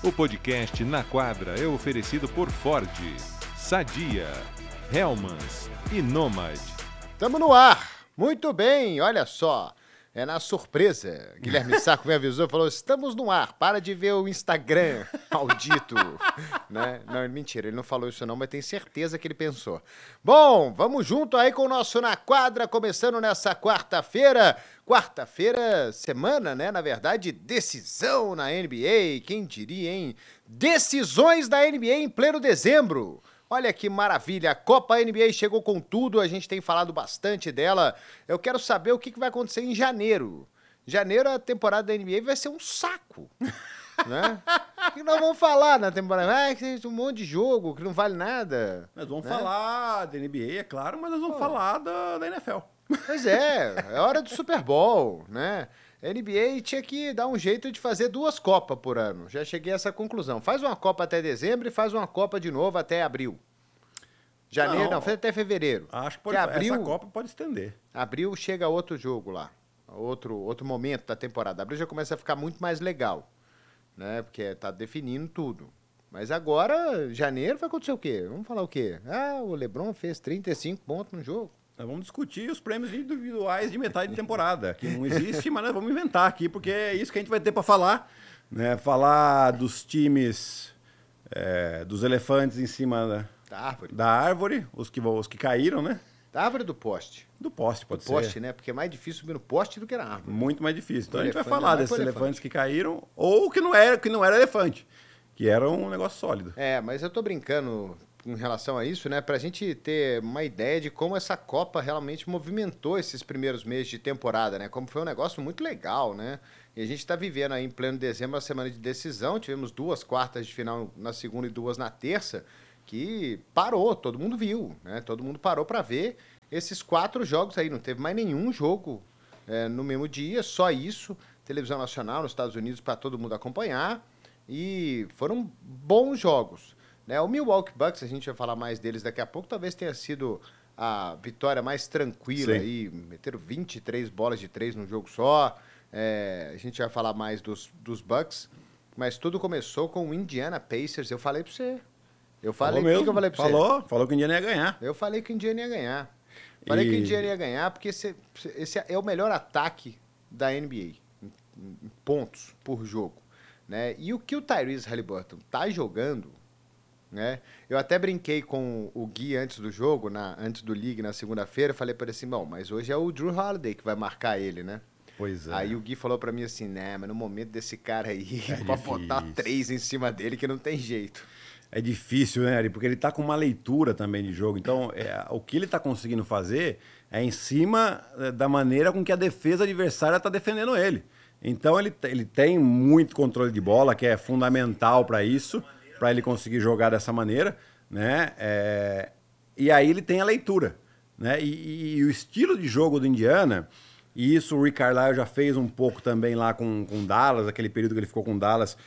O podcast Na Quadra é oferecido por Ford, Sadia, Hellmans e Nomad. Tamo no ar! Muito bem, olha só. É na surpresa. Guilherme Sarco me avisou, falou, estamos no ar, para de ver o Instagram, maldito. Né? Não, mentira, ele não falou isso não, mas tenho certeza que ele pensou. Bom, vamos junto aí com o nosso Na Quadra, começando nessa quarta-feira. Quarta-feira, semana, né? Na verdade, decisão na NBA, quem diria, hein? Decisões da NBA em pleno dezembro. Olha que maravilha, a Copa NBA chegou com tudo, a gente tem falado bastante dela. Eu quero saber o que vai acontecer em janeiro. Janeiro, a temporada da NBA vai ser um saco, né? O que nós vamos falar na temporada? Tem um monte de jogo que não vale nada. Nós vamos falar da NBA, é claro, mas nós vamos falar da NFL. Pois é hora do Super Bowl, né? A NBA tinha que dar um jeito de fazer 2 Copas por ano. Já cheguei a essa conclusão. Faz uma Copa até dezembro e faz uma Copa de novo até abril. Janeiro, não faz até fevereiro. Acho que pode, abril, essa Copa pode estender. Abril chega outro jogo lá. Outro momento da temporada. Abril já começa a ficar muito mais legal, né? Porque tá definindo tudo. Mas agora, janeiro, vai acontecer o quê? Vamos falar o quê? O LeBron fez 35 pontos no jogo. Nós vamos discutir os prêmios individuais de metade de temporada, que não existe, mas nós vamos inventar aqui, porque é isso que a gente vai ter para falar, né? Falar dos times, dos elefantes em cima da árvore, os que caíram, né? Da árvore ou do poste? Do poste, pode ser. Do poste, né? Porque é mais difícil subir no poste do que na árvore. Muito mais difícil. Então a gente vai Elefante, falar desses elefantes que caíram, ou que não era elefante, que era um negócio sólido. Mas eu tô brincando em relação a isso, né, pra gente ter uma ideia de como essa Copa realmente movimentou esses primeiros meses de temporada, né, como foi um negócio muito legal, né, e a gente tá vivendo aí em pleno dezembro a semana de decisão, tivemos 2 quartas de final na segunda e 2 na terça, que parou, todo mundo viu, né, todo mundo parou pra ver esses 4 jogos aí, não teve mais nenhum jogo no mesmo dia, só isso, televisão nacional nos Estados Unidos para todo mundo acompanhar, e foram bons jogos. O Milwaukee Bucks, a gente vai falar mais deles daqui a pouco, talvez tenha sido a vitória mais tranquila. Sim. Aí, meteram 23 bolas de 3 num jogo só, a gente vai falar mais dos Bucks, mas tudo começou com o Indiana Pacers, eu falei pra você. Eu falei mesmo. que eu falei pra você. Falou que o Indiana ia ganhar. Eu falei que o Indiana ia ganhar. Falei que o Indiana ia ganhar porque esse é o melhor ataque da NBA, em pontos por jogo, né? E o que o Tyrese Haliburton tá jogando, né? Eu até brinquei com o Gui antes do jogo, antes do League na segunda-feira, falei para ele assim, bom, mas hoje é o Drew Holiday que vai marcar ele, né? Pois é. Aí o Gui falou para mim assim, né, mas no momento desse cara aí, pra botar 3 em cima dele que não tem jeito. É difícil, né, Ari? Porque ele tá com uma leitura também de jogo. Então, o que ele tá conseguindo fazer é em cima da maneira com que a defesa adversária tá defendendo ele. Então, ele tem muito controle de bola, que é fundamental para isso, para ele conseguir jogar dessa maneira, né? E aí ele tem a leitura, né? E o estilo de jogo do Indiana, e isso o Rick Carlisle já fez um pouco também lá com Dallas, aquele período que ele ficou com Dallas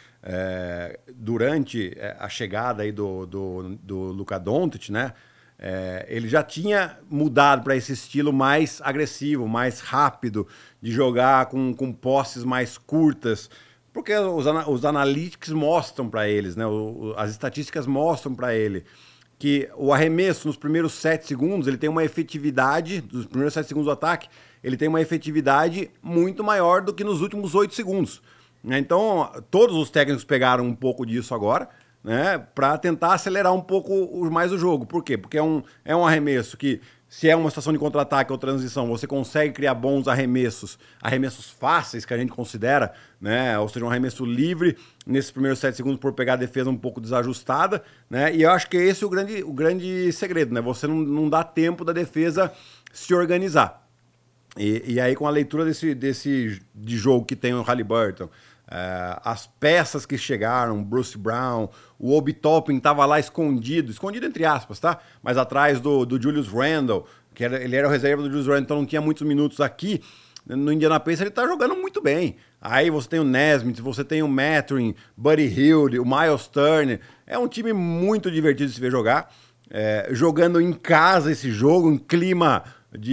durante a chegada aí do Luka Doncic, né? Ele já tinha mudado para esse estilo mais agressivo, mais rápido, de jogar com posses mais curtas, porque os analytics mostram para eles, né? As estatísticas mostram para ele que o arremesso nos primeiros 7 segundos, ele tem uma efetividade, dos primeiros 7 segundos do ataque, ele tem uma efetividade muito maior do que nos últimos 8 segundos. Então, todos os técnicos pegaram um pouco disso agora, né, para tentar acelerar um pouco mais o jogo. Por quê? Porque é um arremesso que, se é uma situação de contra-ataque ou transição, você consegue criar bons arremessos fáceis, que a gente considera, né? Ou seja, um arremesso livre nesses primeiros 7 segundos por pegar a defesa um pouco desajustada, né? E eu acho que esse é o grande segredo, né? Você não dá tempo da defesa se organizar. E aí, com a leitura de jogo que tem o Haliburton, as peças que chegaram, Bruce Brown, o Obi Toppin estava lá escondido entre aspas, tá? Mas atrás do Julius Randle, ele era o reserva do Julius Randle, então não tinha muitos minutos aqui. No Indiana Pacers ele tá jogando muito bem. Aí você tem o Nesmith, você tem o Mathurin, Buddy Hield, o Miles Turner. É um time muito divertido de se ver jogar. Jogando em casa esse jogo, em clima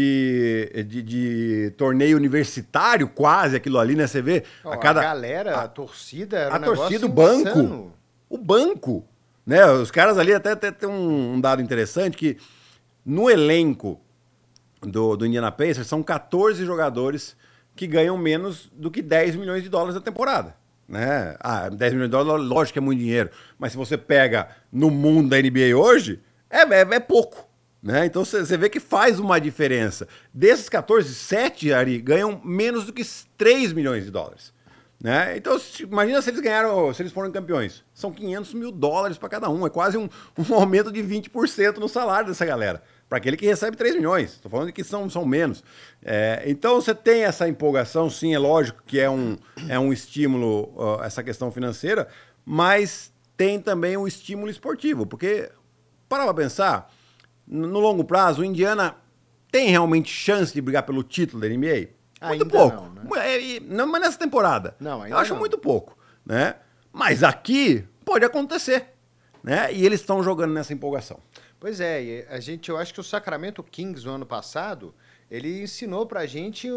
de torneio universitário, quase aquilo ali, né? Você vê a galera, a torcida, era a torcida, o banco. o banco, né? Os caras ali até tem um dado interessante que no elenco do Indiana Pacers são 14 jogadores que ganham menos do que 10 milhões de dólares na temporada. Né? 10 milhões de dólares, lógico que é muito dinheiro, mas se você pega no mundo da NBA hoje, é pouco. Né? Então você vê que faz uma diferença. Desses 14, 7 Ari, ganham menos do que 3 milhões de dólares. Né? Então, imagina se eles foram campeões. São 500 mil dólares para cada um. É quase um aumento de 20% no salário dessa galera. Para aquele que recebe 3 milhões. Estou falando de que são menos. Então, você tem essa empolgação, sim, é lógico que é um estímulo, essa questão financeira, mas tem também um estímulo esportivo. Porque, para pensar, no longo prazo, o Indiana tem realmente chance de brigar pelo título da NBA? Muito Ainda pouco. não, né? Mas nessa temporada. Não, ainda eu acho não. muito pouco. Né? Mas aqui pode acontecer. Né? E eles estão jogando nessa empolgação. Pois é, e eu acho que o Sacramento Kings no ano passado, ele ensinou pra gente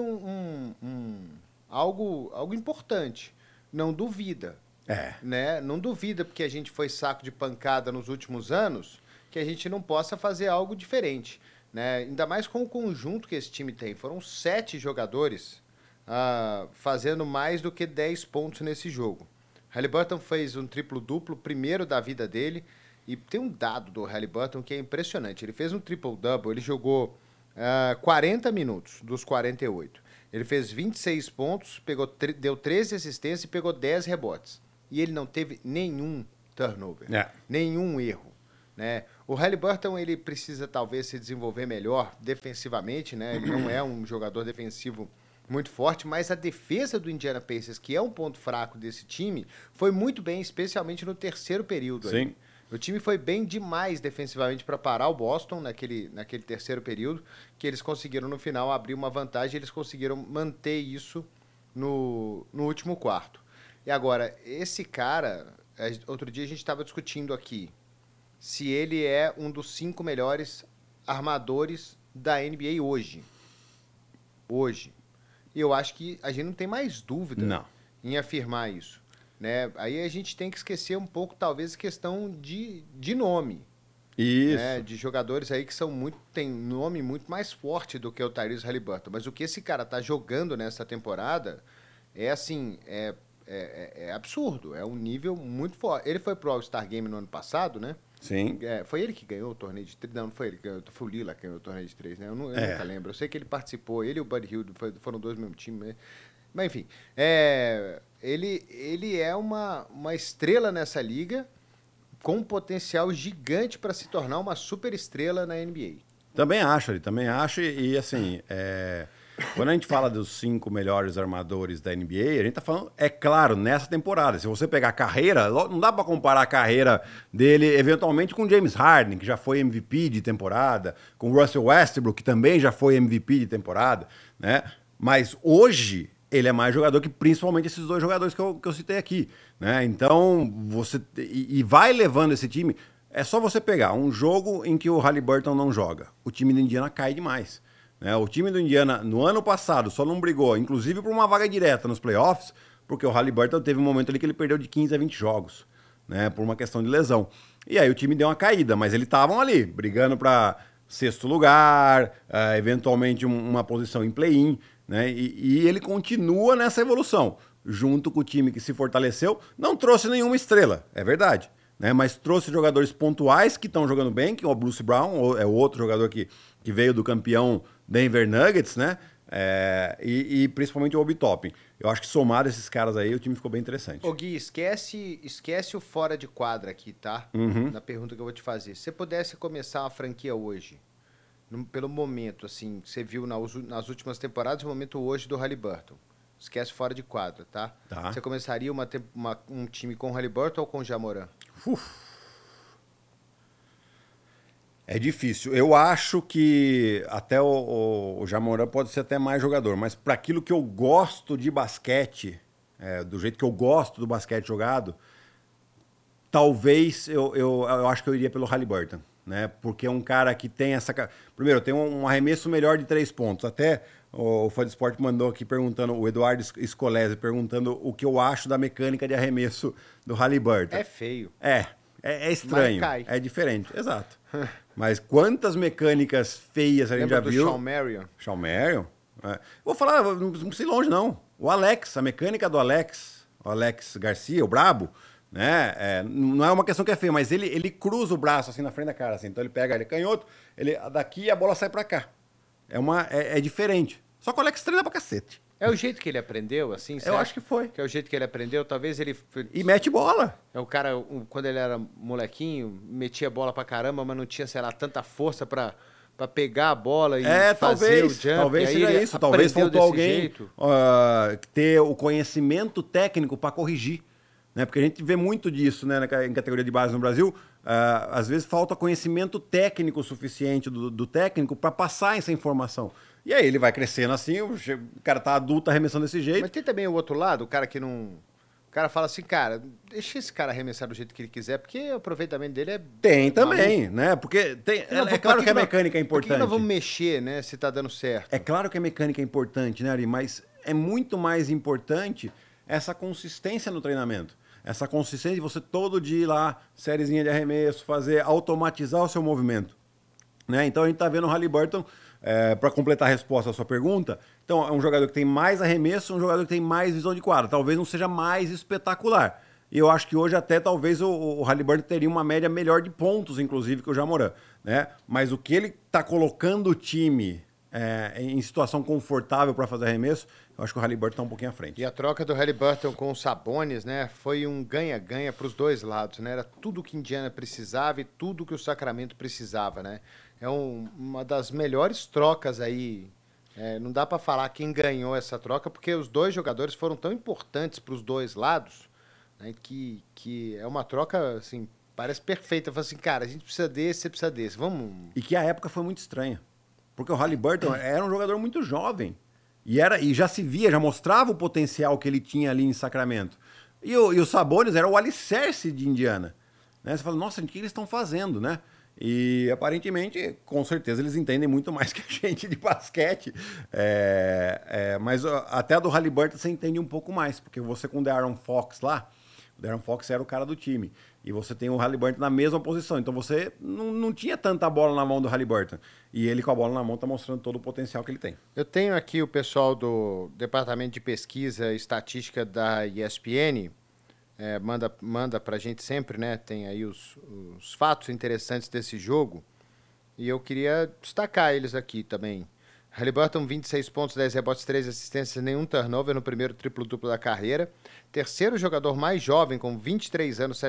algo importante. Não duvida. Né? Não duvida porque a gente foi saco de pancada nos últimos anos, que a gente não possa fazer algo diferente. Né? Ainda mais com o conjunto que esse time tem. Foram 7 jogadores fazendo mais do que 10 pontos nesse jogo. Haliburton fez um triplo-duplo, primeiro da vida dele, e tem um dado do Haliburton que é impressionante. Ele fez um triple-double, ele jogou 40 minutos dos 48. Ele fez 26 pontos, deu 13 assistências e pegou 10 rebotes. E ele não teve nenhum turnover, nenhum erro. Né? O Haliburton, ele precisa talvez se desenvolver melhor defensivamente, né? Ele não é um jogador defensivo muito forte, mas a defesa do Indiana Pacers, que é um ponto fraco desse time, foi muito bem, especialmente no terceiro período. Sim. Aí. O time foi bem demais defensivamente para parar o Boston naquele terceiro período, que eles conseguiram no final abrir uma vantagem, eles conseguiram manter isso no último quarto. E agora, esse cara, outro dia a gente estava discutindo aqui, se ele é um dos 5 melhores armadores da NBA hoje. Hoje. E eu acho que a gente não tem mais dúvida em afirmar isso. Né? Aí a gente tem que esquecer um pouco, talvez, a questão de nome. Isso. Né? De jogadores aí que tem nome muito mais forte do que o Tyrese Haliburton. Mas o que esse cara tá jogando nessa temporada é assim, é absurdo. É um nível muito forte. Ele foi pro All-Star Game no ano passado, né? Sim. Foi ele que ganhou o torneio de 3? Não foi ele que ganhou. Foi o Lillard que ganhou o torneio de 3, né? Eu nunca lembro. Eu sei que ele participou. Ele e o Buddy Hield foram 2 do mesmo time, né? Mas, enfim. Ele é uma estrela nessa liga com um potencial gigante para se tornar uma super estrela na NBA. Também acho. E assim, quando a gente fala dos 5 melhores armadores da NBA, a gente tá falando, é claro, nessa temporada. Se você pegar a carreira, não dá para comparar a carreira dele eventualmente com o James Harden, que já foi MVP de temporada, com o Russell Westbrook, que também já foi MVP de temporada, né? Mas hoje ele é mais jogador que principalmente esses 2 jogadores que eu citei aqui, né? Então, e vai levando esse time. É só você pegar um jogo em que o Haliburton não joga. O time do Indiana cai demais. Né? O time do Indiana, no ano passado, só não brigou, inclusive por uma vaga direta nos playoffs, porque o Haliburton teve um momento ali que ele perdeu de 15 a 20 jogos, né? Por uma questão de lesão. E aí o time deu uma caída, mas eles estavam ali, brigando para 6º lugar, eventualmente uma posição em play-in, né? E ele continua nessa evolução, junto com o time que se fortaleceu. Não trouxe nenhuma estrela, é verdade, né? Mas trouxe jogadores pontuais que estão jogando bem, que é o Bruce Brown, é o outro jogador que veio do campeão Denver Nuggets, né? E principalmente o Obi Toppin. Eu acho que somado esses caras aí, o time ficou bem interessante. Ô Gui, esquece o fora de quadra aqui, tá? Na pergunta que eu vou te fazer. Se você pudesse começar uma franquia hoje, pelo momento, assim, que você viu nas últimas temporadas, o momento hoje do Haliburton. Esquece fora de quadra, tá? Você começaria um time com o Haliburton ou com o Ja Morant? É difícil. Eu acho que até o Ja Morant pode ser até mais jogador, mas para aquilo que eu gosto de basquete, do jeito que eu gosto do basquete jogado, talvez eu acho que eu iria pelo Haliburton, né? Porque é um cara que tem essa... Primeiro, tem um arremesso melhor de 3 pontos. Até O Fã de Esporte mandou aqui perguntando, o Eduardo Scolese perguntando o que eu acho da mecânica de arremesso do Haliburton. É feio. É estranho. Mas cai. É diferente, exato. Mas quantas mecânicas feias a gente já viu? Shawn Marion? Shawn Marion? Vou falar, não precisa ir longe, não. O Alex, a mecânica do Alex, o Alex Garcia, o Brabo, né? Não é uma questão que é feia, mas ele cruza o braço assim na frente da cara, assim. Então ele pega, ele é canhoto, daqui a bola sai pra cá. É diferente. Só que o Alex treina pra cacete. É o jeito que ele aprendeu, assim? Eu acho que foi. Que é o jeito que ele aprendeu, talvez ele... E mete bola. É o cara, quando ele era molequinho, metia bola pra caramba, mas não tinha, sei lá, tanta força pra pegar a bola e fazer o jump. Talvez seja isso. Talvez faltou alguém ter o conhecimento técnico pra corrigir. Né? Porque a gente vê muito disso, né, em categoria de base no Brasil. Às vezes falta conhecimento técnico suficiente do técnico para passar essa informação. E aí ele vai crescendo assim, o cara tá adulto arremessando desse jeito. Mas tem também o outro lado, o cara que não... O cara fala assim, cara, deixa esse cara arremessar do jeito que ele quiser, porque o aproveitamento dele é... Tem também, né? Porque é claro que a mecânica é importante. Por que nós vamos mexer, né, se tá dando certo? É claro que a mecânica é importante, né, Ari? Mas é muito mais importante essa consistência no treinamento. Essa consistência de você todo dia ir lá, sériezinha de arremesso, automatizar o seu movimento. Né? Então a gente tá vendo o Haliburton, para completar a resposta à sua pergunta, então é um jogador que tem mais arremesso, um jogador que tem mais visão de quadra. Talvez não seja mais espetacular. E eu acho que hoje até talvez o Haliburton teria uma média melhor de pontos, inclusive, que o Jamoran. Né? Mas o que ele tá colocando o time em situação confortável para fazer arremesso, eu acho que o Haliburton está um pouquinho à frente. E a troca do Haliburton com o Sabonis, né, foi um ganha-ganha para os dois lados, né? Era tudo que Indiana precisava e tudo que o Sacramento precisava, né? É uma das melhores trocas aí. Não dá para falar quem ganhou essa troca, porque os dois jogadores foram tão importantes para os dois lados, né, que é uma troca, assim, parece perfeita. Fala assim, cara, a gente precisa desse, você precisa desse, vamos... E que a época foi muito estranha, porque o Haliburton era um jogador muito jovem. E já se via, já mostrava o potencial que ele tinha ali em Sacramento. E o Sabonis era o alicerce de Indiana. Né? Você fala, nossa, o que eles estão fazendo, né? E aparentemente, com certeza, eles entendem muito mais que a gente de basquete. Mas até a do Haliburton você entende um pouco mais, porque você com o De'Aaron Fox lá, o De'Aaron Fox era o cara do time. E você tem o Haliburton na mesma posição. Então você não tinha tanta bola na mão do Haliburton. E ele com a bola na mão está mostrando todo o potencial que ele tem. Eu tenho aqui o pessoal do Departamento de Pesquisa e Estatística da ESPN. Manda pra gente sempre, né? Tem aí os fatos interessantes desse jogo. E eu queria destacar eles aqui também. Haliburton, 26 pontos, 10 rebotes, 3 assistências, nenhum turnover no primeiro triplo-duplo da carreira. Terceiro jogador mais jovem, com 23 anos,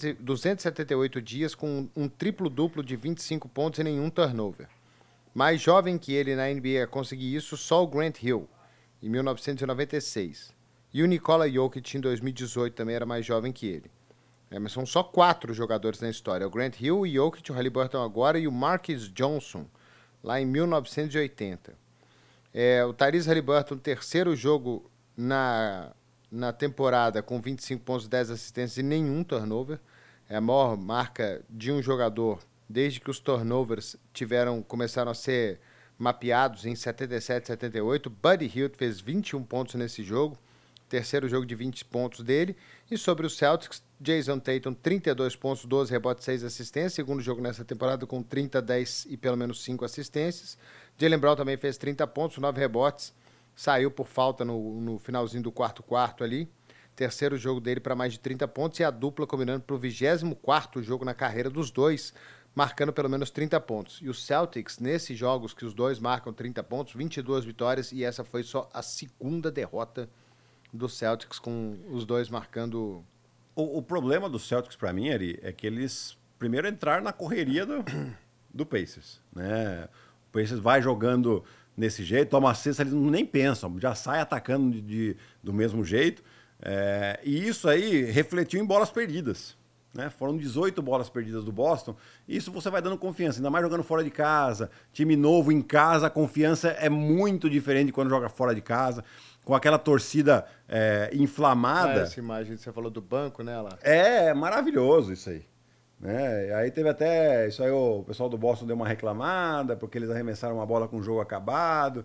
278 dias, com um triplo-duplo de 25 pontos e nenhum turnover. Mais jovem que ele na NBA a conseguir isso, só o Grant Hill, em 1996. E o Nikola Jokic, em 2018, também era mais jovem que ele. Mas são só 4 jogadores na história. O Grant Hill, o Jokic, o Haliburton agora e o Marcus Johnson, lá em 1980. O Tyrese Haliburton, terceiro jogo na temporada, com 25 pontos, 10 assistências e nenhum turnover. É a maior marca de um jogador desde que os turnovers começaram a ser mapeados em 77, 78. Buddy Hield fez 21 pontos nesse jogo, terceiro jogo de 20 pontos dele. E sobre os Celtics, Jason Tatum, 32 pontos, 12 rebotes, 6 assistências. Segundo jogo nessa temporada com 30, 10 e pelo menos 5 assistências. Jaylen Brown também fez 30 pontos, 9 rebotes. Saiu por falta no finalzinho do quarto ali. Terceiro jogo dele para mais de 30 pontos. E a dupla combinando para o 24º jogo na carreira dos dois, marcando pelo menos 30 pontos. E os Celtics, nesses jogos que os dois marcam 30 pontos, 22 vitórias. E essa foi só a segunda derrota do Celtics, com os dois marcando... O problema do Celtics, para mim, Ari, é que eles primeiro entraram na correria do Pacers. Né? O Pacers vai jogando desse jeito, toma a cesta, eles nem pensam, já sai atacando do mesmo jeito. E isso aí refletiu em bolas perdidas. Né? Foram 18 bolas perdidas do Boston. Isso você vai dando confiança, ainda mais jogando fora de casa. Time novo em casa, a confiança é muito diferente de quando joga fora de casa. Com aquela torcida inflamada. Essa imagem que você falou do banco, né? Lá. É maravilhoso isso aí. Né? Aí teve até... Isso aí o pessoal do Boston deu uma reclamada, porque eles arremessaram uma bola com o jogo acabado.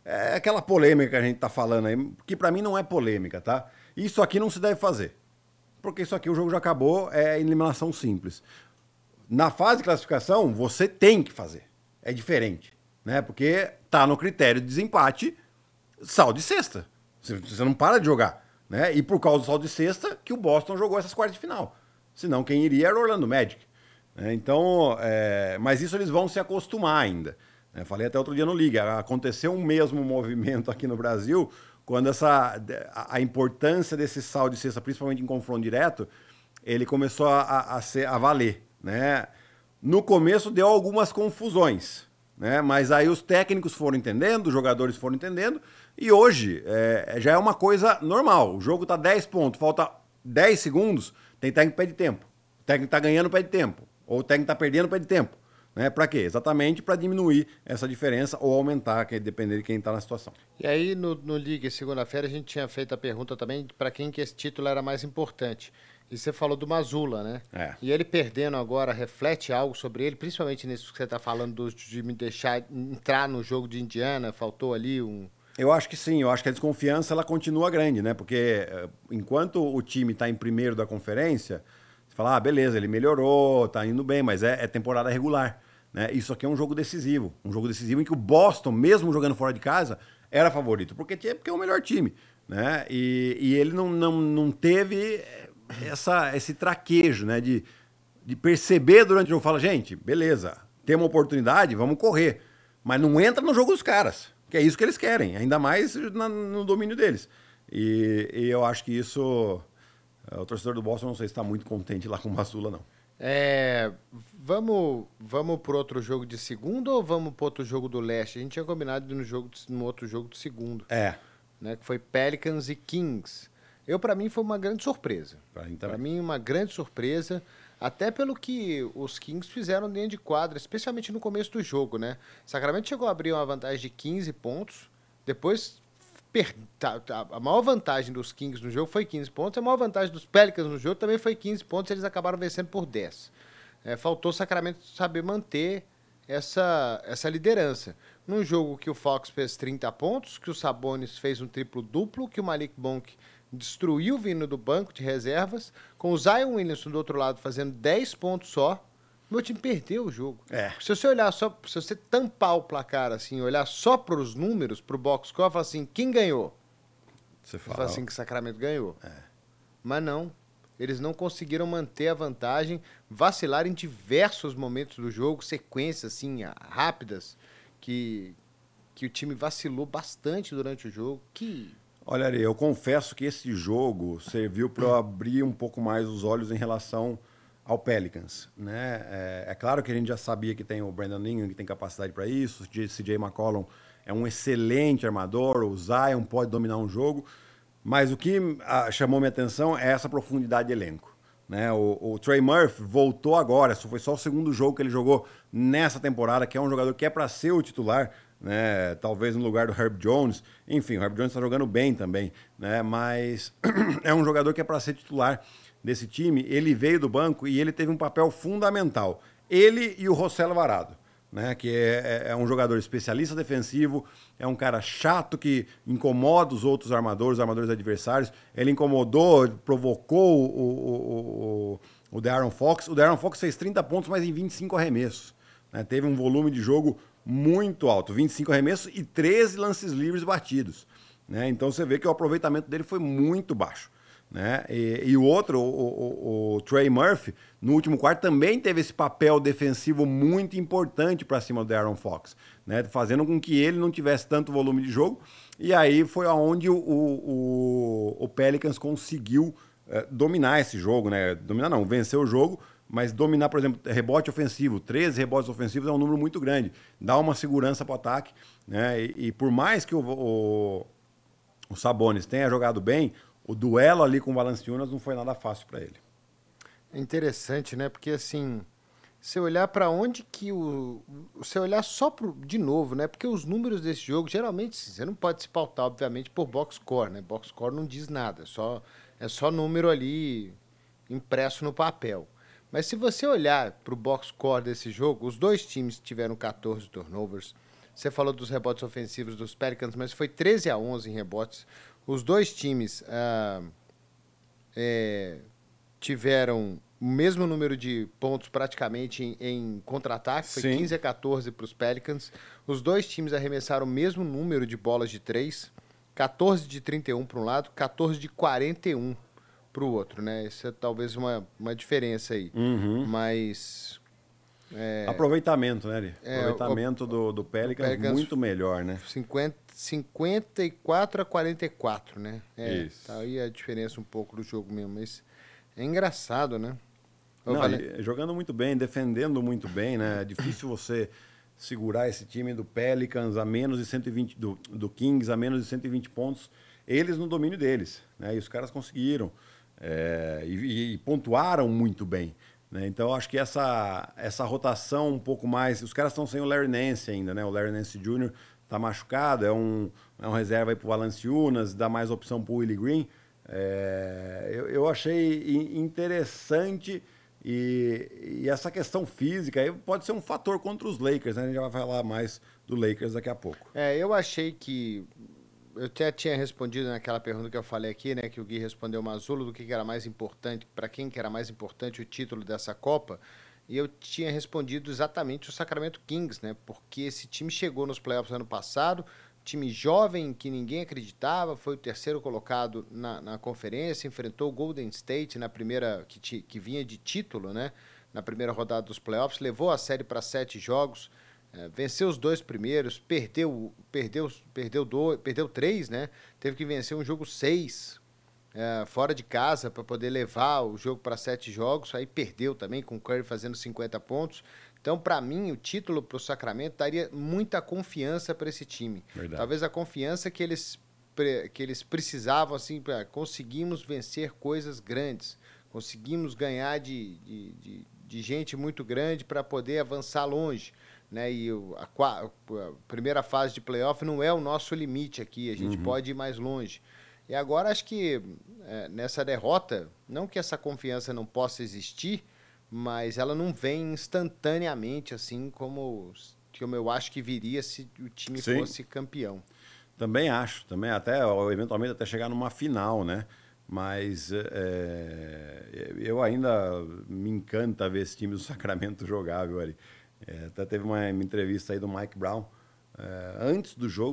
É aquela polêmica que a gente tá falando aí, que pra mim não é polêmica, tá? Isso aqui não se deve fazer. Porque isso aqui o jogo já acabou, é eliminação simples. Na fase de classificação, você tem que fazer. É diferente, né? Porque tá no critério de desempate, saldo de sexta. Você não para de jogar, né? E por causa do saldo de sexta que o Boston jogou essas quartas de final. Senão quem iria era o Orlando Magic. Então, mas isso eles vão se acostumar ainda. Falei até outro dia no Liga, aconteceu um mesmo movimento aqui no Brasil, quando a importância desse saldo de cesta, principalmente em confronto direto, ele começou a valer. Né? No começo deu algumas confusões, né? Mas aí os técnicos foram entendendo, os jogadores foram entendendo, e hoje já é uma coisa normal. O jogo está 10 pontos, falta 10 segundos, tem técnico que perde tempo. O técnico está ganhando, perde tempo. Ou o técnico está perdendo, perde tempo. Né? Para quê? Exatamente para diminuir essa diferença ou aumentar, que depender de quem está na situação. E aí no Liga, segunda-feira, a gente tinha feito a pergunta também para quem que esse título era mais importante. E você falou do Mazzulla, né? E ele perdendo agora reflete algo sobre ele, principalmente nisso que você está falando de me deixar entrar no jogo de Indiana, faltou ali um... Eu acho que sim, eu acho que a desconfiança ela continua grande, né? Porque enquanto o time está em primeiro da conferência, você fala, beleza, ele melhorou, tá indo bem, mas é temporada regular. Né? Isso aqui é um jogo decisivo em que o Boston, mesmo jogando fora de casa, era favorito, porque é o melhor time. Né? E ele não teve esse traquejo, né? de perceber durante o jogo, fala, gente, beleza, tem uma oportunidade, vamos correr, mas não entra no jogo dos caras, que é isso que eles querem, ainda mais no domínio deles. E eu acho que isso, o torcedor do Boston não sei se está muito contente lá com o Mazzulla, não. Vamos pro outro jogo de segundo ou vamos pro outro jogo do leste? A gente tinha combinado no outro jogo do segundo. Né, que foi Pelicans e Kings. Para mim, foi uma grande surpresa. Para mim, uma grande surpresa, até pelo que os Kings fizeram dentro de quadra, especialmente no começo do jogo, né? Sacramento chegou a abrir uma vantagem de 15 pontos, depois a maior vantagem dos Kings no jogo foi 15 pontos, a maior vantagem dos Pelicans no jogo também foi 15 pontos, eles acabaram vencendo por 10. Faltou o Sacramento saber manter essa liderança. Num jogo que o Fox fez 30 pontos, que o Sabonis fez um triplo-duplo, que o Malik Monk destruiu vindo do banco de reservas, com o Zion Williamson do outro lado fazendo 10 pontos só, meu time perdeu o jogo. Se você olhar só, se você tampar o placar assim, olhar só para os números, para o box score, fala assim, quem ganhou? Você fala assim que Sacramento ganhou. Mas não, eles não conseguiram manter a vantagem, vacilaram em diversos momentos do jogo, sequências assim, rápidas, que o time vacilou bastante durante o jogo. Olha, Ari, eu confesso que esse jogo serviu para eu abrir um pouco mais os olhos em relação ao Pelicans, né? É claro que a gente já sabia que tem o Brandon Ingram, que tem capacidade para isso, o CJ McCollum é um excelente armador, o Zion pode dominar um jogo, mas o que chamou minha atenção é essa profundidade de elenco. Né? O Trey Murphy voltou agora, foi só o segundo jogo que ele jogou nessa temporada, que é um jogador que é para ser o titular, né? Talvez no lugar do Herb Jones. Enfim, o Herb Jones está jogando bem também, né? Mas é um jogador que é para ser titular desse time. Ele veio do banco e ele teve um papel fundamental. Ele e o José Alvarado, né? Que é um jogador especialista defensivo, é um cara chato que incomoda os outros armadores adversários. Ele incomodou, provocou o De'Aaron Fox. O De'Aaron Fox fez 30 pontos, mas em 25 arremessos. Né? Teve um volume de jogo muito alto, 25 arremessos e 13 lances livres batidos. Né? Então você vê que o aproveitamento dele foi muito baixo. Né? E o outro, o Trey Murphy, no último quarto também teve esse papel defensivo muito importante para cima do De'Aaron Fox, né? Fazendo com que ele não tivesse tanto volume de jogo. E aí foi onde o Pelicans conseguiu dominar esse jogo, né? Dominar não, vencer o jogo, mas dominar, por exemplo, rebote ofensivo, 13 rebotes ofensivos é um número muito grande, dá uma segurança para o ataque, né? E por mais que o Sabonis tenha jogado bem, o duelo ali com o Valanciunas não foi nada fácil para ele. É interessante, né? Porque assim, se olhar para onde que se olhar só de novo, né? Porque os números desse jogo, geralmente, você não pode se pautar, obviamente, por box score, né? Box score não diz nada, é só número ali impresso no papel. Mas se você olhar para o box score desse jogo, os dois times tiveram 14 turnovers, Você falou dos rebotes ofensivos dos Pelicans, mas foi 13-11 em rebotes. Os dois times tiveram o mesmo número de pontos praticamente em contra-ataque, foi 15-14 para os Pelicans. Os dois times arremessaram o mesmo número de bolas de 3, 14 de 31 para um lado, 14 de 41 para o outro, né? Isso é talvez uma diferença aí. Mas... aproveitamento, né, Eli? Aproveitamento do Pelicans muito melhor, né? 54-44, né? Isso. Tá aí a diferença um pouco do jogo mesmo, mas é engraçado, né? Não, jogando muito bem, defendendo muito bem, né? É difícil você segurar esse time do Pelicans a menos de 120, do Kings a menos de 120 pontos, eles no domínio deles, né? E os caras conseguiram e pontuaram muito bem, né? Então, acho que essa rotação um pouco mais... Os caras estão sem o Larry Nance ainda, né? O Larry Nance Jr. está machucado, é um reserva aí para o Valanciunas, dá mais opção para o Willie Green. Eu achei interessante e essa questão física aí pode ser um fator contra os Lakers, né? A gente já vai falar mais do Lakers daqui a pouco. Eu achei que... Eu até tinha respondido naquela pergunta que eu falei aqui, né? Que o Gui respondeu Mazulo do que era mais importante, para quem que era mais importante o título dessa Copa. E eu tinha respondido exatamente o Sacramento Kings, né? Porque esse time chegou nos playoffs ano passado, time jovem que ninguém acreditava, foi o terceiro colocado na conferência, enfrentou o Golden State na primeira, que vinha de título, né? Na primeira rodada dos playoffs, levou a série para 7 jogos, venceu os 2 primeiros, perdeu 3, né? Teve que vencer um jogo 6 fora de casa para poder levar o jogo para 7 jogos, aí perdeu também com o Curry fazendo 50 pontos. Então, para mim, o título para o Sacramento daria muita confiança para esse time. Verdade. Talvez a confiança que eles precisavam, assim, conseguimos vencer coisas grandes, conseguimos ganhar de gente muito grande para poder avançar longe, né? E a primeira fase de playoff não é o nosso limite aqui, a gente pode ir mais longe. E agora acho que nessa derrota, não que essa confiança não possa existir, mas ela não vem instantaneamente, assim como eu acho que viria se o time fosse campeão. Também acho, até eventualmente até chegar numa final, né? Mas eu ainda me encanta ver esse time do Sacramento jogar, viu, Ari? Até teve uma entrevista aí do Mike Brown antes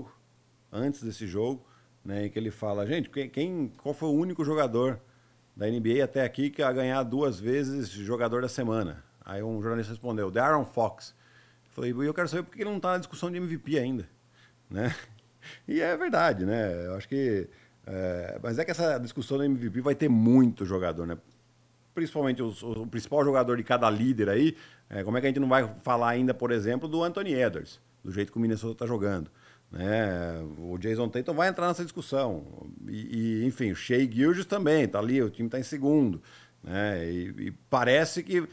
desse jogo, né, em que ele fala, gente, qual foi o único jogador da NBA até aqui que ia ganhar 2 vezes jogador da semana? Aí um jornalista respondeu, De'Aaron Fox. Eu falei, eu quero saber por que ele não está na discussão de MVP ainda, né? E é verdade, né? Eu acho que... mas é que essa discussão do MVP vai ter muito jogador, né? Principalmente o principal jogador de cada líder aí. Como é que a gente não vai falar ainda, por exemplo, do Anthony Edwards, do jeito que o Minnesota está jogando, né? O Jason Tatum vai entrar nessa discussão. Enfim, o Shai Gilgeous também está ali, o time está em segundo, né? E parece que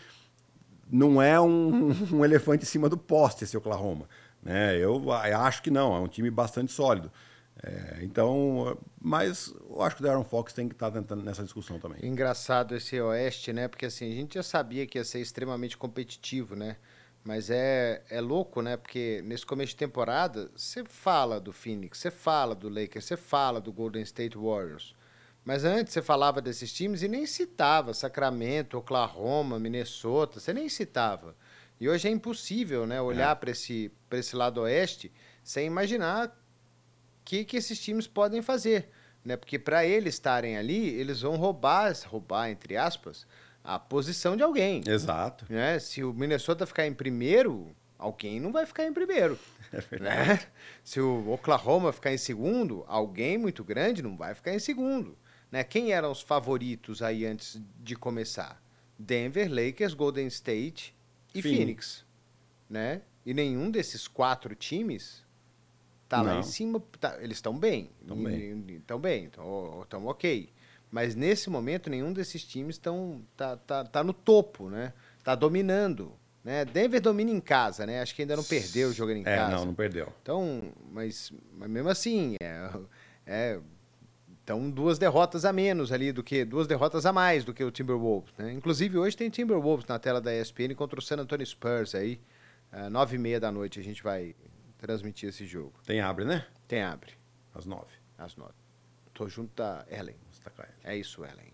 não é um elefante em cima do poste esse Oklahoma, né? Eu acho que não, é um time bastante sólido. Então, mas eu acho que o De'Aaron Fox tem que estar nessa discussão também. Engraçado esse Oeste, né? Porque assim, a gente já sabia que ia ser extremamente competitivo, né? Mas é louco, né? Porque nesse começo de temporada, você fala do Phoenix, você fala do Lakers, você fala do Golden State Warriors. Mas antes você falava desses times e nem citava Sacramento, Oklahoma, Minnesota, você nem citava. E hoje é impossível, né? Olhar para esse lado Oeste sem imaginar o que esses times podem fazer, né? Porque para eles estarem ali, eles vão roubar, entre aspas, a posição de alguém. Exato. Né? Se o Minnesota ficar em primeiro, alguém não vai ficar em primeiro. É verdade. Né? Se o Oklahoma ficar em segundo, alguém muito grande não vai ficar em segundo. Né? Quem eram os favoritos aí antes de começar? Denver, Lakers, Golden State e Phoenix. Né? E nenhum desses 4 times tá lá em cima. Eles estão bem. Estão bem, estão ok. Mas nesse momento, nenhum desses times tá no topo, né? Tá dominando. Né? Denver domina em casa, né? Acho que ainda não perdeu jogando em casa. Não perdeu. Então, mas mesmo assim, então 2 derrotas a menos ali 2 derrotas a mais do que o Timberwolves, né? Inclusive hoje tem Timberwolves na tela da ESPN contra o San Antonio Spurs aí, 9h30 da noite a gente vai transmitir esse jogo. Tem abre, né? Tem abre. Às 9. Às 9. Tô junto da Ellen. Você tá com ela. É isso, Ellen.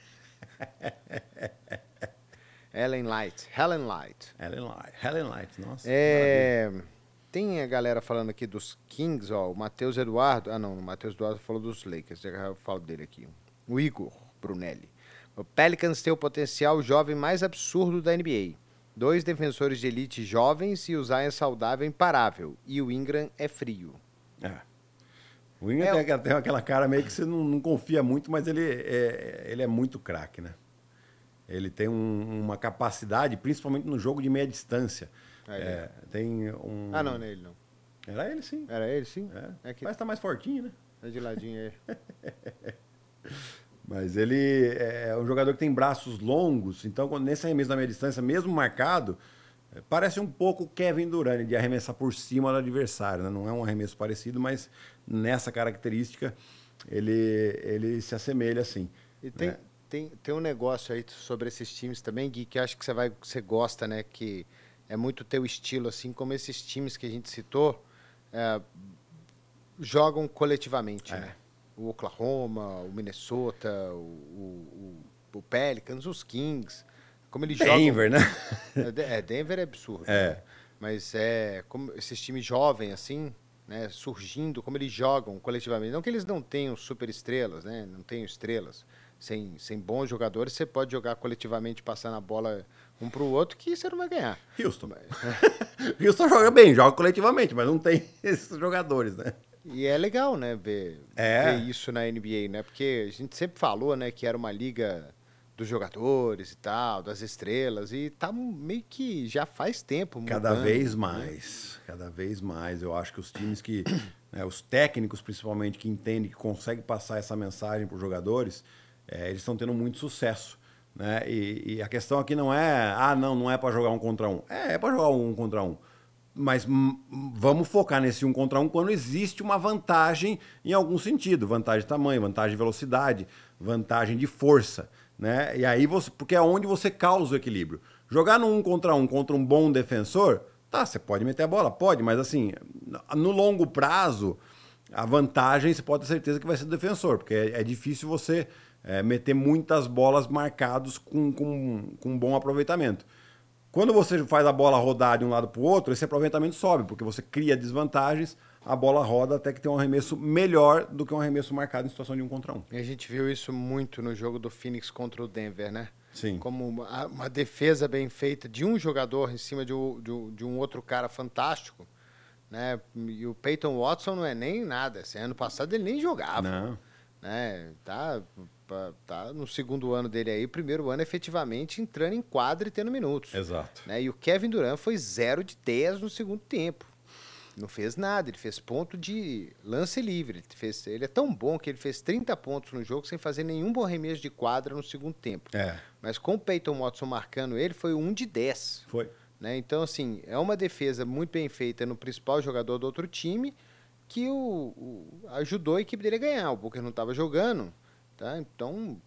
Ellen Light. Helen Light. Helen Light, nossa. Tem a galera falando aqui dos Kings, ó. O Matheus Eduardo. Ah, não. O Matheus Eduardo falou dos Lakers. Eu falo dele aqui. O Igor Brunelli. O Pelicans tem o potencial jovem mais absurdo da NBA. 2 defensores de elite jovens e o Zion saudável imparável. E o Ingram é frio. O Ingram tem aquela cara meio que você não confia muito, mas ele é muito craque, né? Ele tem uma capacidade, principalmente no jogo de meia distância. Tem um... Ah, não é ele não. Era ele, sim. Era ele, sim? Parece que tá mais fortinho, né? É de ladinho aí. Mas ele é um jogador que tem braços longos, então nesse arremesso da meia distância, mesmo marcado, parece um pouco o Kevin Durant de arremessar por cima do adversário, né? Não é um arremesso parecido, mas nessa característica ele se assemelha assim. E tem um negócio aí sobre esses times também, Gui, que eu acho que você gosta, né? Que é muito teu estilo, assim como esses times que a gente citou jogam coletivamente, né? O Oklahoma, o Minnesota, o Pelicans, os Kings, como eles Denver, jogam... né? Denver é absurdo. Né? Mas como esses times jovens, assim, né, surgindo, como eles jogam coletivamente. Não que eles não tenham super estrelas, né? Não tenham estrelas. Sem bons jogadores, você pode jogar coletivamente, passando a bola um para o outro, que você não vai ganhar. Houston. Houston joga bem, joga coletivamente, mas não tem esses jogadores, né? E é legal, né, ver isso na NBA, né? Porque a gente sempre falou, né, que era uma liga dos jogadores e tal, das estrelas, e tá meio que já faz tempo mudando. Cada vez mais. Eu acho que os times que, né, os técnicos principalmente, que entendem, que conseguem passar essa mensagem para os jogadores, eles estão tendo muito sucesso. Né? E a questão aqui não é, não é para jogar 1 contra 1. É para jogar 1 contra 1. Mas vamos focar nesse 1 contra 1 quando existe uma vantagem em algum sentido. Vantagem de tamanho, vantagem de velocidade, vantagem de força. Né? E aí porque é onde você causa o equilíbrio. Jogar no 1 contra um bom defensor, você pode meter a bola, pode, mas assim, no longo prazo, a vantagem você pode ter certeza que vai ser do defensor, porque é difícil você meter muitas bolas marcadas com um bom aproveitamento. Quando você faz a bola rodar de um lado para o outro, esse aproveitamento sobe, porque você cria desvantagens, a bola roda até que tem um arremesso melhor do que um arremesso marcado em situação de 1 contra 1. E a gente viu isso muito no jogo do Phoenix contra o Denver, né? Sim. Como uma defesa bem feita de um jogador em cima de um outro cara fantástico, né? E o Peyton Watson não é nem nada. Esse ano passado ele nem jogava. Não. Né? Tá no segundo ano dele aí, primeiro ano efetivamente entrando em quadra e tendo minutos. Exato. Né? E o Kevin Durant foi 0 de 10 no segundo tempo. Não fez nada, ele fez ponto de lance livre. Ele é tão bom que ele fez 30 pontos no jogo sem fazer nenhum bom arremesso de quadra no segundo tempo. Mas com o Peyton Watson marcando ele, foi 1 de 10. Foi. Né? Então, assim, é uma defesa muito bem feita no principal jogador do outro time que ajudou a equipe dele a ganhar. O Booker não estava jogando, tá? Então,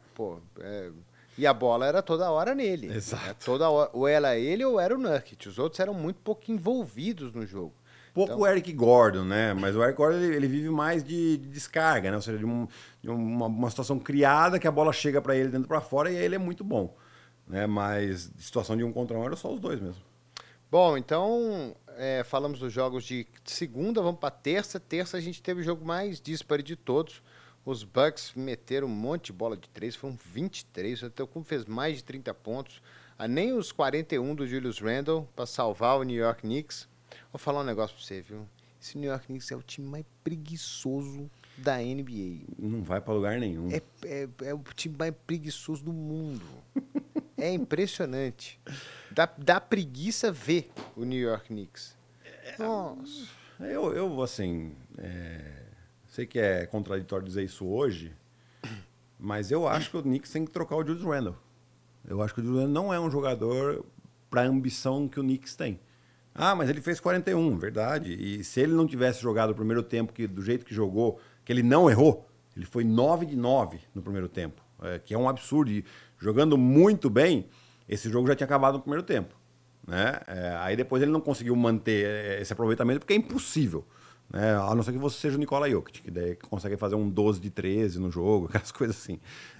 e a bola era toda hora nele. Exato. Né? Toda hora, ou era ele ou era o Nurkic. Os outros eram muito pouco envolvidos no jogo. O Eric Gordon, né? Mas o Eric Gordon ele vive mais de descarga, né? Ou seja, de uma situação criada que a bola chega para ele dentro para fora e aí ele é muito bom. Né? Mas de situação de 1 contra 1 era só os dois mesmo. Bom, então falamos dos jogos de segunda, vamos para terça. Terça a gente teve o jogo mais disparo de todos. Os Bucks meteram um monte de bola de 3, foram 23. O Antetokounmpo fez mais de 30 pontos. Nem os 41 do Julius Randle para salvar o New York Knicks. Vou falar um negócio pra você, viu? Esse New York Knicks é o time mais preguiçoso da NBA. Não vai pra lugar nenhum. É o time mais preguiçoso do mundo. É impressionante. Dá preguiça ver o New York Knicks. Nossa. Eu assim, sei que é contraditório dizer isso hoje, mas eu acho que o Knicks tem que trocar o Julius Randle. Eu acho que o Julius Randle não é um jogador pra ambição que o Knicks tem. Mas ele fez 41, verdade. E se ele não tivesse jogado o primeiro tempo do jeito que jogou, que ele não errou, ele foi 9 de 9 no primeiro tempo, que é um absurdo. E jogando muito bem, esse jogo já tinha acabado no primeiro tempo. né? Aí depois ele não conseguiu manter esse aproveitamento porque é impossível, né? A não ser que você seja o Nikola Jokic, que daí consegue fazer um 12 de 13 no jogo, aquelas coisas assim.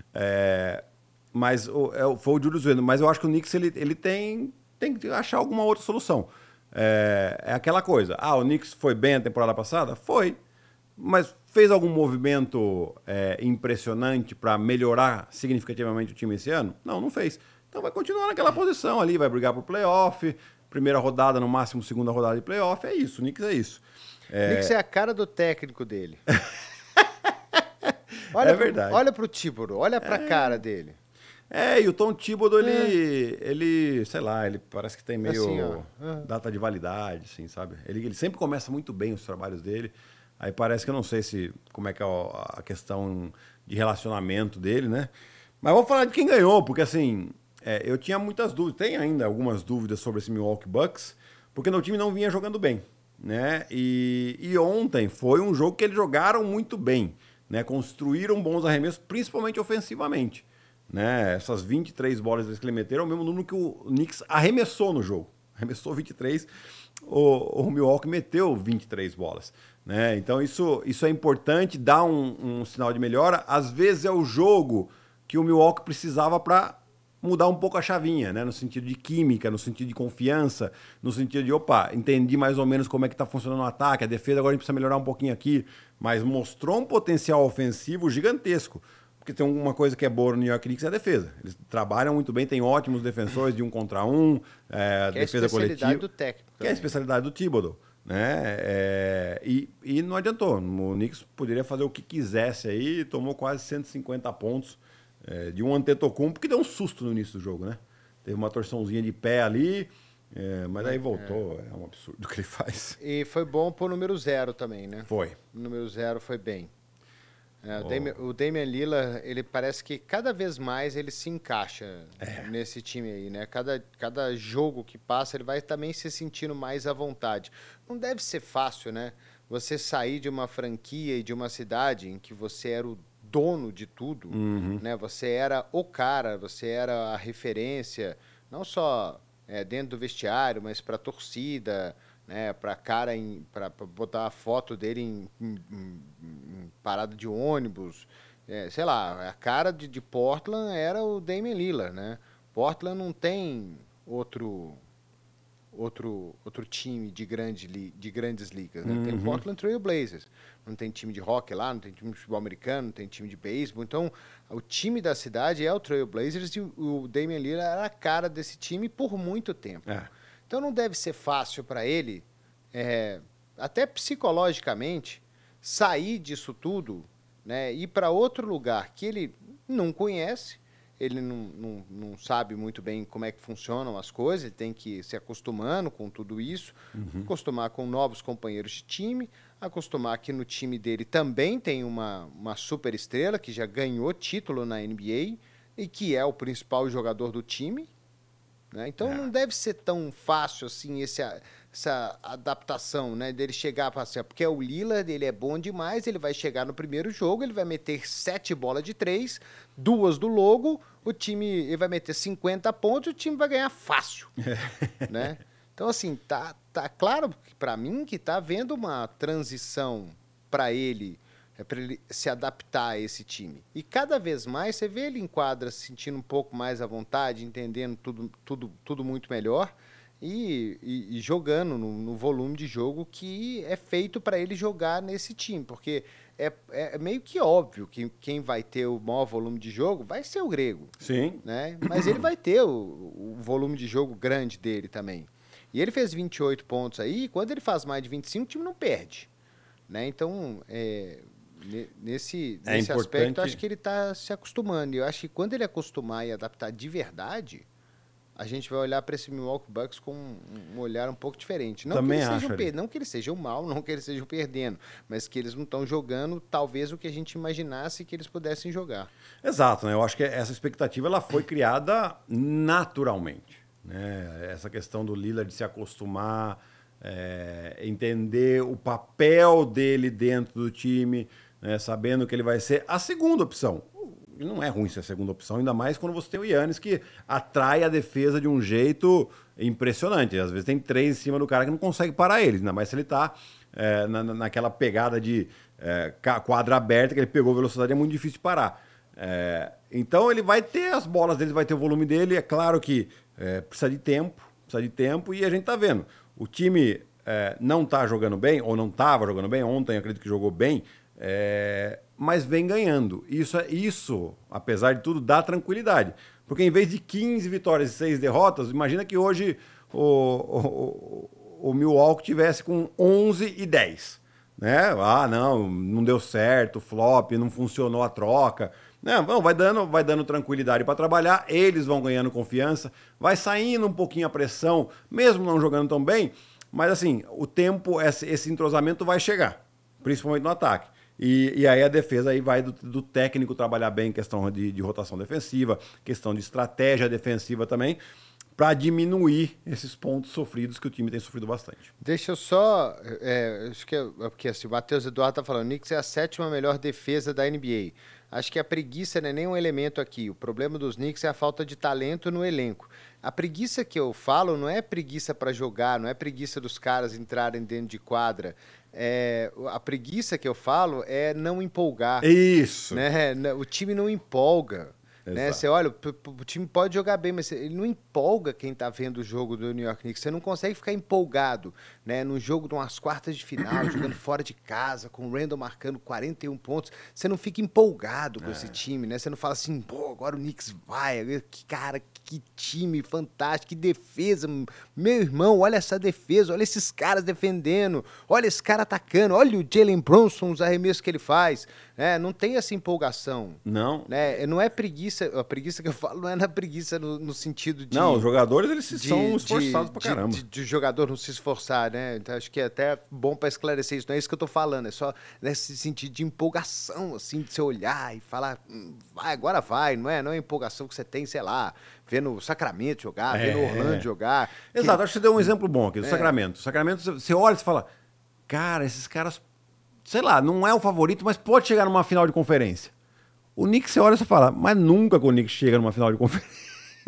Mas foi o Julius Randle. Mas eu acho que o Knicks ele tem que achar alguma outra solução. É aquela coisa. O Knicks foi bem a temporada passada? Foi. Mas fez algum movimento impressionante para melhorar significativamente o time esse ano? Não fez. Então vai continuar naquela posição ali, vai brigar pro playoff, primeira rodada, no máximo segunda rodada de playoff, é isso, o Knicks é isso. O Knicks é a cara do técnico dele. Olha verdade. Olha pro Thibodeau, olha pra cara dele. E o Tom Thibodeau, ele, sei lá, ele parece que tem meio assim, data de validade, assim, sabe? Ele sempre começa muito bem os trabalhos dele, aí parece que eu não sei como é que é a questão de relacionamento dele, né? Mas vamos falar de quem ganhou, porque assim, eu tinha muitas dúvidas, tem ainda algumas dúvidas sobre esse Milwaukee Bucks, porque o time não vinha jogando bem, né? E ontem foi um jogo que eles jogaram muito bem, né? Construíram bons arremessos, principalmente ofensivamente, né? Essas 23 bolas que ele meteram é o mesmo número que o Knicks arremessou no jogo. Arremessou 23, o Milwaukee meteu 23 bolas, né? Então isso é importante, dá um sinal de melhora. Às vezes é o jogo que o Milwaukee precisava para mudar um pouco a chavinha, né? No sentido de química, no sentido de confiança, no sentido de, entendi mais ou menos como é que está funcionando o ataque, a defesa agora a gente precisa melhorar um pouquinho aqui, mas mostrou um potencial ofensivo gigantesco. Porque tem uma coisa que é boa no New York Knicks, é a defesa. Eles trabalham muito bem, tem ótimos defensores de 1 contra 1, defesa coletiva. Que é a especialidade do técnico. Que é a especialidade do Thibodeau, né? E não adiantou. O Knicks poderia fazer o que quisesse aí, tomou quase 150 pontos de um Antetokounmpo, que deu um susto no início do jogo, né? Teve uma torçãozinha de pé ali, mas aí voltou. É um absurdo o que ele faz. E foi bom pro número 0 também, né? Foi. O número 0 foi bem. O Damian Lillard, ele parece que cada vez mais ele se encaixa nesse time aí, né? Cada jogo que passa, ele vai também se sentindo mais à vontade. Não deve ser fácil, né? Você sair de uma franquia e de uma cidade em que você era o dono de tudo, né? Você era o cara, você era a referência, não só dentro do vestiário, mas para a torcida, né, para botar a foto dele em parada de ônibus, sei lá, a cara de Portland era o Damian Lillard, né? Portland não tem outro time de grandes ligas, né? Tem o Portland Trail Blazers, não tem time de hockey lá, não tem time de futebol americano, não tem time de beisebol, então o time da cidade é o Trail Blazers e o Damian Lillard era a cara desse time por muito tempo. Então não deve ser fácil para ele, até psicologicamente, sair disso tudo, né, ir para outro lugar que ele não conhece, ele não sabe muito bem como é que funcionam as coisas, ele tem que se acostumando com tudo isso, acostumar com novos companheiros de time, acostumar que no time dele também tem uma super estrela que já ganhou título na NBA e que é o principal jogador do time, né? Então não deve ser tão fácil assim essa adaptação, né, dele chegar para ser, porque o Lillard, ele é bom demais, ele vai chegar no primeiro jogo, ele vai meter 7 bolas de 3, 2 do logo, o time ele vai meter 50 pontos, o time vai ganhar fácil, né? Então assim, tá claro para mim que tá havendo uma transição para ele se adaptar a esse time. E cada vez mais você vê ele em quadra se sentindo um pouco mais à vontade, entendendo tudo muito melhor e jogando no volume de jogo que é feito para ele jogar nesse time, porque é meio que óbvio que quem vai ter o maior volume de jogo vai ser o Grego. Sim. Né? Mas ele vai ter o volume de jogo grande dele também. E ele fez 28 pontos aí, e quando ele faz mais de 25, o time não perde. Né? Então, nesse aspecto, acho que ele está se acostumando. E eu acho que quando ele acostumar e adaptar de verdade, a gente vai olhar para esse Milwaukee Bucks com um olhar um pouco diferente. Não Também não que eles sejam mal, não que eles estejam perdendo, mas que eles não estão jogando talvez o que a gente imaginasse que eles pudessem jogar. Exato, né? Eu acho que essa expectativa ela foi criada naturalmente, né? Essa questão do Lillard de se acostumar, entender o papel dele dentro do time, né? Sabendo que ele vai ser a segunda opção. não é ruim ser a segunda opção, ainda mais quando você tem o Giannis, que atrai a defesa de um jeito impressionante. Às vezes tem 3 em cima do cara que não consegue parar ele, ainda mais se ele tá naquela pegada de quadra aberta, que ele pegou velocidade, é muito difícil de parar. Então ele vai ter as bolas dele, vai ter o volume dele. É claro que precisa de tempo, e a gente tá vendo. O time não tá jogando bem, ou não estava jogando bem, ontem eu acredito que jogou bem, mas vem ganhando. Isso, apesar de tudo, dá tranquilidade. Porque em vez de 15 vitórias e 6 derrotas, imagina que hoje o Milwaukee tivesse com 11 e 10. Né? Não deu certo, flop, não funcionou a troca. Não, vai dando tranquilidade para trabalhar, eles vão ganhando confiança, vai saindo um pouquinho a pressão, mesmo não jogando tão bem, mas assim, o tempo, esse entrosamento vai chegar, principalmente no ataque. E aí a defesa aí vai do técnico trabalhar bem, questão de rotação defensiva, questão de estratégia defensiva também, para diminuir esses pontos sofridos que o time tem sofrido bastante. Deixa eu só... acho que porque assim, o Matheus Eduardo tá falando, o Knicks é a 7ª melhor defesa da NBA. Acho que a preguiça não é nenhum elemento aqui. O problema dos Knicks é a falta de talento no elenco. A preguiça que eu falo não é preguiça para jogar, não é preguiça dos caras entrarem dentro de quadra. A preguiça que eu falo é não empolgar. Isso. Né? O time não empolga. Né? Você olha, o time pode jogar bem, mas ele não empolga quem tá vendo o jogo do New York Knicks. Você não consegue ficar empolgado, né? No jogo de umas quartas de final, jogando fora de casa, com o Randle marcando 41 pontos. Você não fica empolgado com esse time, né? Você não fala assim, pô, agora o Knicks vai. Que cara, que time fantástico, que defesa. Meu irmão, olha essa defesa, olha esses caras defendendo, olha esse cara atacando, olha o Jalen Brunson, os arremessos que ele faz. Não tem essa empolgação. Não. Né? Não é preguiça, a preguiça que eu falo não é na preguiça no sentido de... Não, os jogadores eles são esforçados pra caramba. De jogador não se esforçar, né? Então acho que é até bom para esclarecer isso. Não é isso que eu tô falando, é só nesse sentido de empolgação, assim, de você olhar e falar, vai, agora vai, não é? Não é a empolgação que você tem, sei lá, vendo o Sacramento jogar, vendo o Orlando jogar. Exato, acho que você deu um exemplo bom aqui, do Sacramento. O Sacramento, você olha e fala, cara, esses caras, sei lá, não é o favorito, mas pode chegar numa final de conferência. O Knicks, você olha e você fala, mas nunca que o Knicks chega numa final de conferência.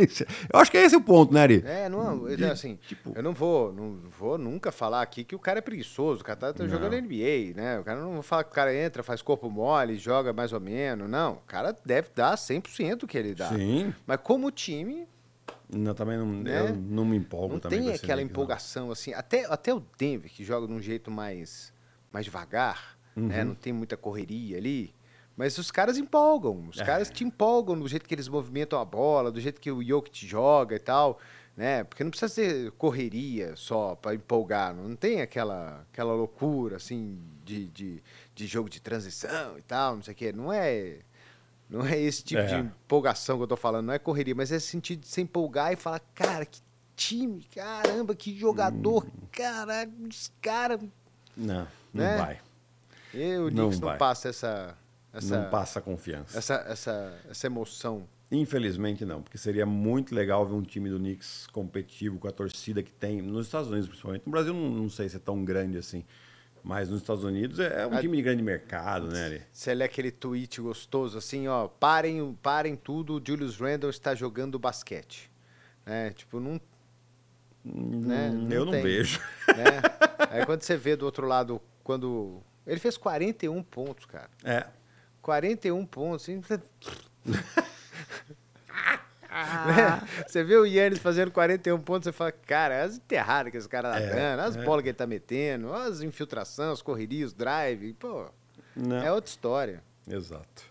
Eu acho que é esse o ponto, né, Ari? Assim, eu não vou nunca falar aqui que o cara é preguiçoso, o cara tá jogando NBA, né? O cara não vai falar que o cara entra, faz corpo mole, joga mais ou menos. Não, o cara deve dar 100% o que ele dá. Sim. Mas como time... Não, também não, né? Eu não me empolgo não também. Não tem aquela Knicks, empolgação, não. Assim, até o Denver, que joga de um jeito mais devagar, né? Não tem muita correria ali. Mas os caras empolgam, os caras te empolgam do jeito que eles movimentam a bola, do jeito que o Jokic joga e tal, né? Porque não precisa ser correria só para empolgar, não tem aquela loucura, assim, de jogo de transição e tal, não sei o quê. Não é esse tipo de empolgação que eu tô falando, não é correria, mas é esse sentido de se empolgar e falar, cara, que time, caramba, que jogador, cara, esse cara... Não né? vai. O Knicks não passa essa... não passa confiança. Essa emoção. Infelizmente não, porque seria muito legal ver um time do Knicks competitivo com a torcida que tem, nos Estados Unidos principalmente. No Brasil não sei se é tão grande assim, mas nos Estados Unidos é um time de grande mercado, né, Ali? Se ele é aquele tweet gostoso assim, ó, parem tudo, o Julius Randle está jogando basquete. Tipo, não... né? Eu não vejo. Né? Aí quando você vê do outro lado, quando... Ele fez 41 pontos, cara. 41 pontos. Assim... Você vê o Giannis fazendo 41 pontos, você fala, cara, as enterradas que esse cara tá dando, as bolas que ele tá metendo, as infiltrações, as correrias, os drive, pô, é outra história. Exato.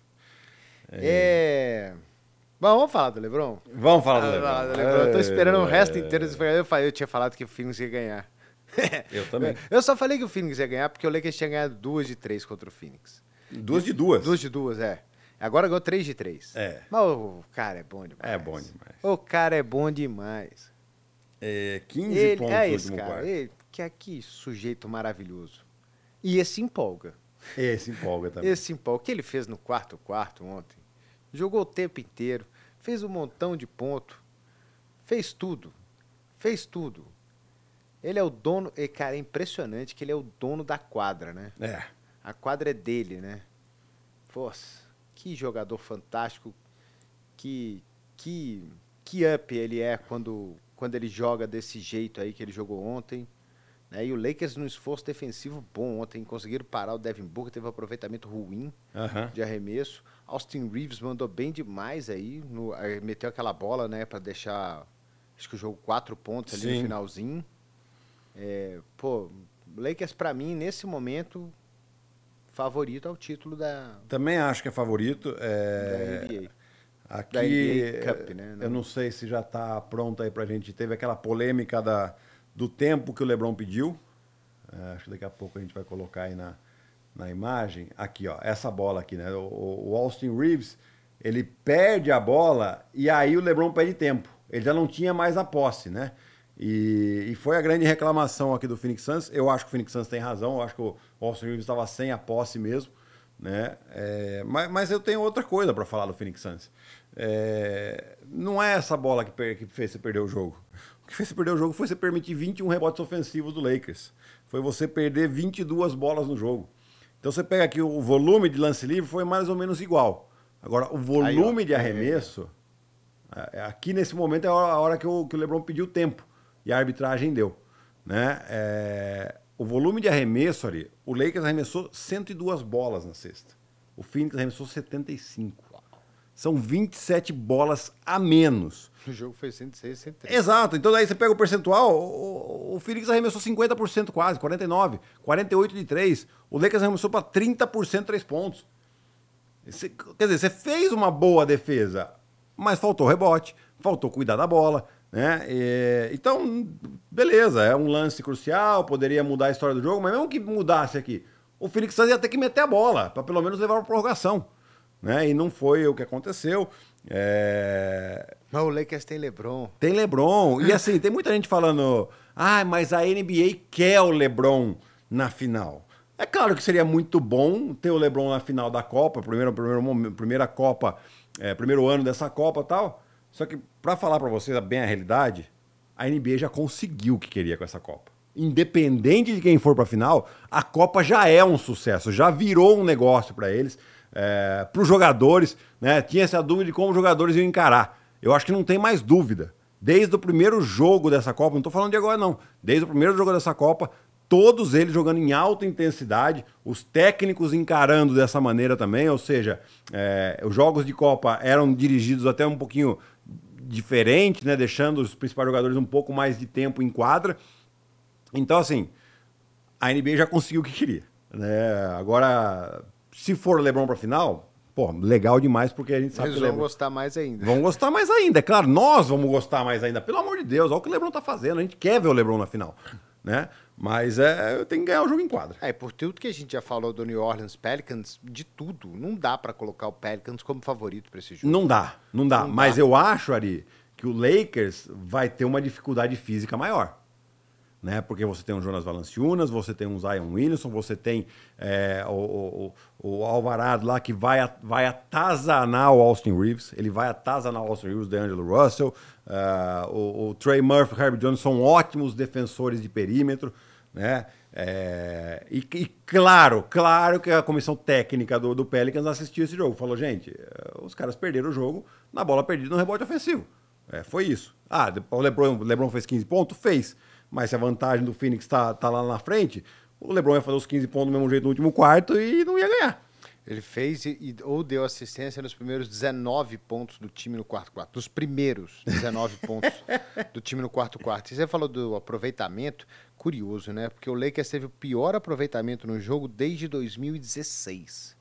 Bom, vamos falar do LeBron? Vamos falar do LeBron. Eu tô esperando o resto inteiro. Eu tinha falado que o Phoenix ia ganhar. Eu também. Eu só falei que o Phoenix ia ganhar porque o Lakers tinha ganhado 2 de 3 contra o Phoenix. 2 de 2? 2 de 2, Agora ganhou 3 de 3. Mas o cara é bom demais. É bom demais. O cara é bom demais. 15 pontos no último cara, quarto. Que sujeito maravilhoso. E esse empolga. Esse empolga também. O que ele fez no quarto ontem? Jogou o tempo inteiro. Fez um montão de ponto. Fez tudo. Ele é o dono... E, cara, é impressionante que ele é o dono da quadra, né? A quadra é dele, né? Poxa. Que jogador fantástico. Que up ele é quando ele joga desse jeito aí que ele jogou ontem. Né? E o Lakers, num esforço defensivo bom ontem, conseguiram parar o Devin Booker, teve um aproveitamento ruim de arremesso. Austin Reeves mandou bem demais aí, meteu aquela bola, né, para deixar, acho que o jogo 4 pontos ali no finalzinho. O Lakers, para mim, nesse momento, favorito ao título da... Também acho que é favorito. Da NBA. Aqui, da NBA Cup, né? Eu não sei se já está pronto aí pra gente. Teve aquela polêmica do tempo que o LeBron pediu. Acho que daqui a pouco a gente vai colocar aí na imagem. Aqui, ó, essa bola aqui, né? O Austin Reeves, ele perde a bola e aí o LeBron pede tempo. Ele já não tinha mais a posse, né? E foi a grande reclamação aqui do Phoenix Suns. Eu acho que o Phoenix Suns tem razão. Eu acho que o Austin Reeves estava sem a posse mesmo, né? Mas eu tenho outra coisa para falar do Phoenix Suns. Não é essa bola que fez você perder o jogo. O que fez você perder o jogo foi você permitir 21 rebotes ofensivos do Lakers. Foi você perder 22 bolas no jogo. Então você pega aqui o volume de lance livre foi mais ou menos igual. Agora, o volume de arremesso, aqui nesse momento é a hora que o LeBron pediu tempo e a arbitragem deu, né? O volume de arremesso ali, o Lakers arremessou 102 bolas na cesta. O Phoenix arremessou 75. São 27 bolas a menos. O jogo foi 106, 103. Exato. Então daí você pega o percentual, o Phoenix arremessou 50% quase, 49, 48 de 3. O Lakers arremessou para 30% 3 pontos. Quer dizer, você fez uma boa defesa, mas faltou rebote, faltou cuidar da bola, né? Então, beleza, é um lance crucial, poderia mudar a história do jogo, mas mesmo que mudasse aqui, o Phoenix Suns ia ter que meter a bola, para pelo menos levar para prorrogação. Né? E não foi o que aconteceu. Mas o Lakers tem LeBron. Tem LeBron. E assim, tem muita gente falando, mas a NBA quer o LeBron na final. É claro que seria muito bom ter o LeBron na final da Copa, primeira Copa, primeiro ano dessa Copa e tal. Só que, para falar para vocês bem a realidade, a NBA já conseguiu o que queria com essa Copa. Independente de quem for para a final, a Copa já é um sucesso, já virou um negócio para eles. Para os jogadores, né? Tinha essa dúvida de como os jogadores iam encarar. Eu acho que não tem mais dúvida. Desde o primeiro jogo dessa Copa, não estou falando de agora não, desde o primeiro jogo dessa Copa, todos eles jogando em alta intensidade, os técnicos encarando dessa maneira também, ou seja, os jogos de Copa eram dirigidos até um pouquinho diferente, né? Deixando os principais jogadores um pouco mais de tempo em quadra. Então, assim, a NBA já conseguiu o que queria, né? Agora, se for o LeBron pra final, legal demais, porque a gente sabe que eles vão gostar mais ainda. Vão gostar mais ainda, é claro. Nós vamos gostar mais ainda. Pelo amor de Deus, olha o que o LeBron tá fazendo. A gente quer ver o LeBron na final, né? Mas tem que ganhar o jogo em quadra. Por tudo que a gente já falou do New Orleans Pelicans, de tudo, não dá pra colocar o Pelicans como favorito pra esse jogo. Não dá. Mas eu acho, Ari, que o Lakers vai ter uma dificuldade física maior. Né? Porque você tem um Jonas Valanciunas, você tem um Zion Williamson, você tem o Alvarado lá que vai atazanar o Austin Reeves, ele vai atazanar o Austin Reeves, DeAngelo Russell, o Trey Murphy, o Herb Jones são ótimos defensores de perímetro, né? E claro que a comissão técnica do Pelicans assistiu esse jogo, falou, gente, os caras perderam o jogo na bola perdida no rebote ofensivo. Foi isso. O LeBron fez 15 pontos? Fez. Mas se a vantagem do Phoenix tá lá na frente, o LeBron ia fazer os 15 pontos do mesmo jeito no último quarto e não ia ganhar. Ele fez ou deu assistência nos primeiros 19 pontos do time no quarto-quarto. Dos primeiros 19 pontos do time no quarto-quarto. E você falou do aproveitamento, curioso, né? Porque o Lakers teve o pior aproveitamento no jogo desde 2016.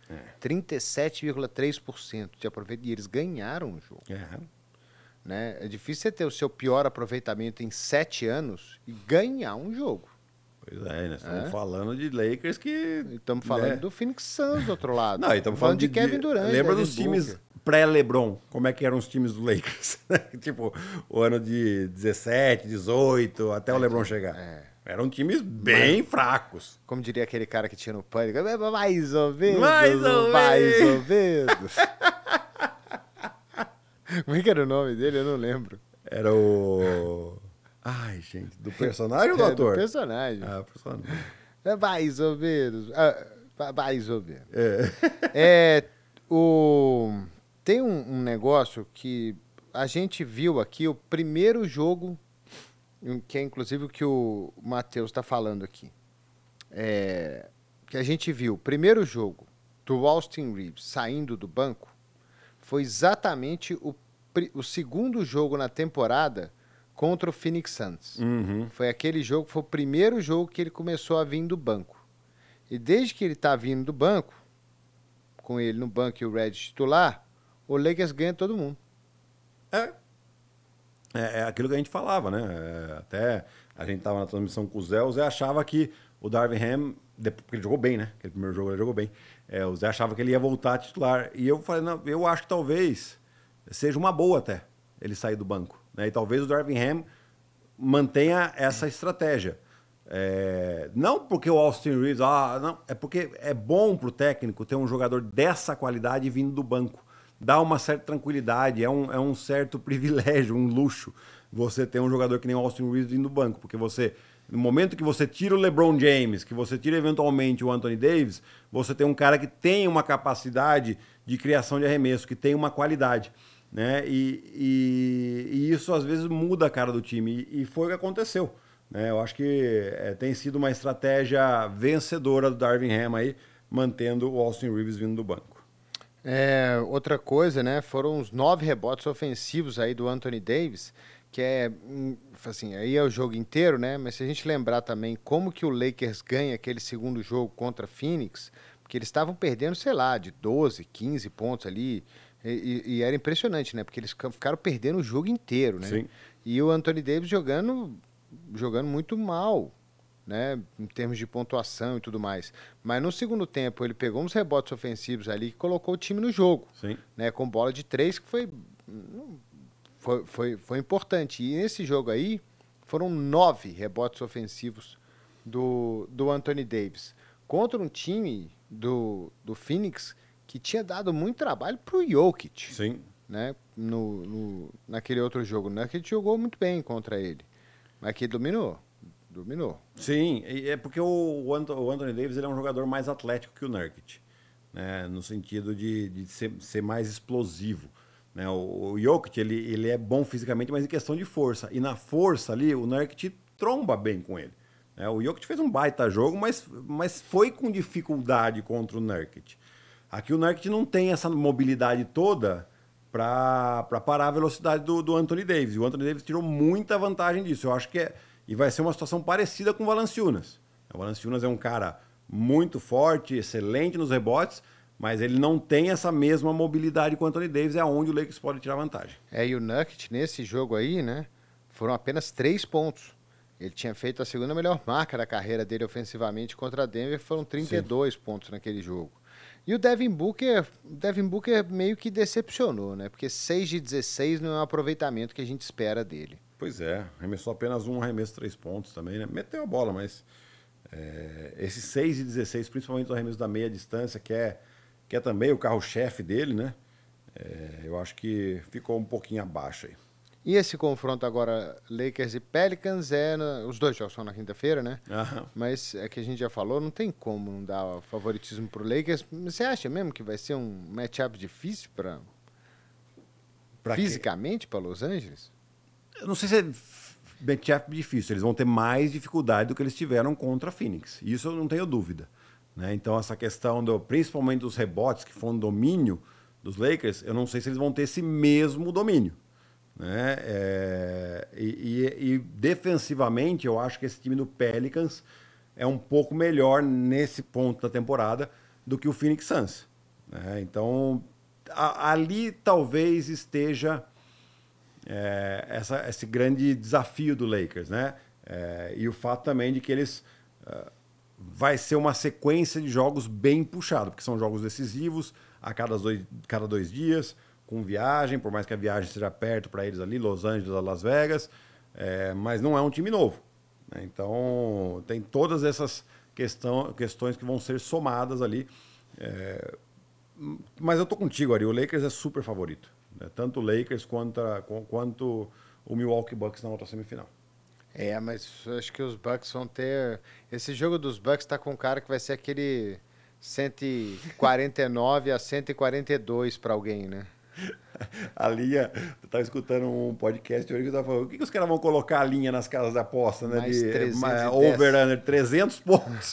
37,3% de aproveitamento. E eles ganharam o jogo. Né? É difícil você ter o seu pior aproveitamento em 7 anos e ganhar um jogo. Pois nós estamos falando de Lakers que... Estamos falando do Phoenix Suns do outro lado. Não, estamos falando de Kevin Durant. Lembra dos times pré-LeBron? Como é que eram os times do Lakers? Tipo, o ano de 17, 18, até o LeBron chegar. Eram times bem fracos. Como diria aquele cara que tinha no Pânico, mais ou menos. Mais ou menos. Como é que era o nome dele? Eu não lembro. Era o... Ai, gente, do personagem ou do ator? Do personagem. Personagem. Mais ou menos. Mais ou menos. Tem um negócio que a gente viu aqui, o primeiro jogo, que é inclusive o que o Matheus está falando aqui. Que a gente viu, o primeiro jogo do Austin Reeves saindo do banco foi exatamente o segundo jogo na temporada contra o Phoenix Suns. Foi aquele jogo, foi o primeiro jogo que ele começou a vir do banco. E desde que ele está vindo do banco, com ele no banco e o Red titular, o Lakers ganha todo mundo. É aquilo que a gente falava, né? Até a gente estava na transmissão com o Zé achava que o Darvin Ham, porque ele jogou bem, né? Aquele primeiro jogo ele jogou bem. O Zé achava que ele ia voltar a titular. E eu falei, não, eu acho que talvez seja uma boa até ele sair do banco. Né? E talvez o Darvin Ham mantenha essa estratégia. Não porque o Austin Reeves, não, é porque é bom para o técnico ter um jogador dessa qualidade vindo do banco. Dá uma certa tranquilidade, é um certo privilégio, um luxo você ter um jogador que nem o Austin Reeves vindo do banco, porque você, no momento que você tira o LeBron James, que você tira eventualmente o Anthony Davis, você tem um cara que tem uma capacidade de criação de arremesso, que tem uma qualidade, né? E isso às vezes muda a cara do time, e foi o que aconteceu. Eu acho que tem sido uma estratégia vencedora do Darvin Ham aí, mantendo o Austin Reeves vindo do banco. Outra coisa, né? Foram os 9 rebotes ofensivos aí do Anthony Davis, que assim, aí é o jogo inteiro, né? Mas se a gente lembrar também como que o Lakers ganha aquele segundo jogo contra Phoenix, porque eles estavam perdendo, sei lá, de 12, 15 pontos ali, e era impressionante, né? Porque eles ficaram perdendo o jogo inteiro, né? Sim. E o Anthony Davis jogando muito mal, né, em termos de pontuação e tudo mais. Mas no segundo tempo ele pegou uns rebotes ofensivos ali e colocou o time no jogo. Sim. Né, com bola de 3, que foi importante. E nesse jogo aí foram 9 rebotes ofensivos do Anthony Davis. Contra um time do Phoenix que tinha dado muito trabalho pro Jokic. Sim. Né, naquele outro jogo. O Nurkic jogou muito bem contra ele. Mas que dominou. Sim, é porque o Anthony Davis ele é um jogador mais atlético que o Nurkic, né? No sentido de ser mais explosivo. Né? O Jokic ele é bom fisicamente, mas em questão de força. E na força ali, o Nurkic tromba bem com ele. Né? O Jokic fez um baita jogo, mas foi com dificuldade contra o Nurkic. Aqui o Nurkic não tem essa mobilidade toda para parar a velocidade do Anthony Davis. E o Anthony Davis tirou muita vantagem disso. Eu acho que e vai ser uma situação parecida com o Valanciunas. O Valanciunas é um cara muito forte, excelente nos rebotes, mas ele não tem essa mesma mobilidade com o Anthony Davis, é onde o Lakers pode tirar vantagem. E o Nurkic nesse jogo aí, né, foram apenas 3 pontos. Ele tinha feito a segunda melhor marca da carreira dele ofensivamente contra a Denver, foram 32 pontos naquele jogo. E o Devin Booker meio que decepcionou, né? Porque 6 de 16 não é um aproveitamento que a gente espera dele. Pois é, arremessou apenas um arremesso 3 pontos também, né? Meteu a bola, mas esses 6 de 16, principalmente o arremesso da meia distância, que é também o carro-chefe dele, né? Eu acho que ficou um pouquinho abaixo aí. E esse confronto agora, Lakers e Pelicans, os dois jogos são na quinta-feira, né? Aham. Mas é que a gente já falou, não tem como não dar favoritismo pro Lakers. Você acha mesmo que vai ser um matchup difícil fisicamente para Los Angeles? Eu não sei se é matchup difícil, eles vão ter mais dificuldade do que eles tiveram contra a Phoenix. Isso eu não tenho dúvida. Né? Então essa questão, principalmente dos rebotes, que foi um domínio dos Lakers, eu não sei se eles vão ter esse mesmo domínio. Né? E defensivamente, eu acho que esse time do Pelicans é um pouco melhor nesse ponto da temporada do que o Phoenix Suns. Né? Então, ali talvez esteja esse grande desafio do Lakers. Né? E o fato também de que eles... vai ser uma sequência de jogos bem puxado, porque são jogos decisivos a cada 2 dias, com viagem, por mais que a viagem seja perto para eles ali, Los Angeles a Las Vegas, mas não é um time novo. Né? Então, tem todas essas questões que vão ser somadas ali. Mas eu tô contigo, Ari, o Lakers é super favorito. Né? Tanto o Lakers quanto o Milwaukee Bucks na outra semifinal. Mas acho que os Bucks vão ter... Esse jogo dos Bucks tá com um cara que vai ser aquele 149 a 142 para alguém, né? A linha, eu tava escutando um podcast hoje que eu tava falando, o que os caras vão colocar a linha nas casas de aposta, né? Mais 310. Over-under, 300 pontos.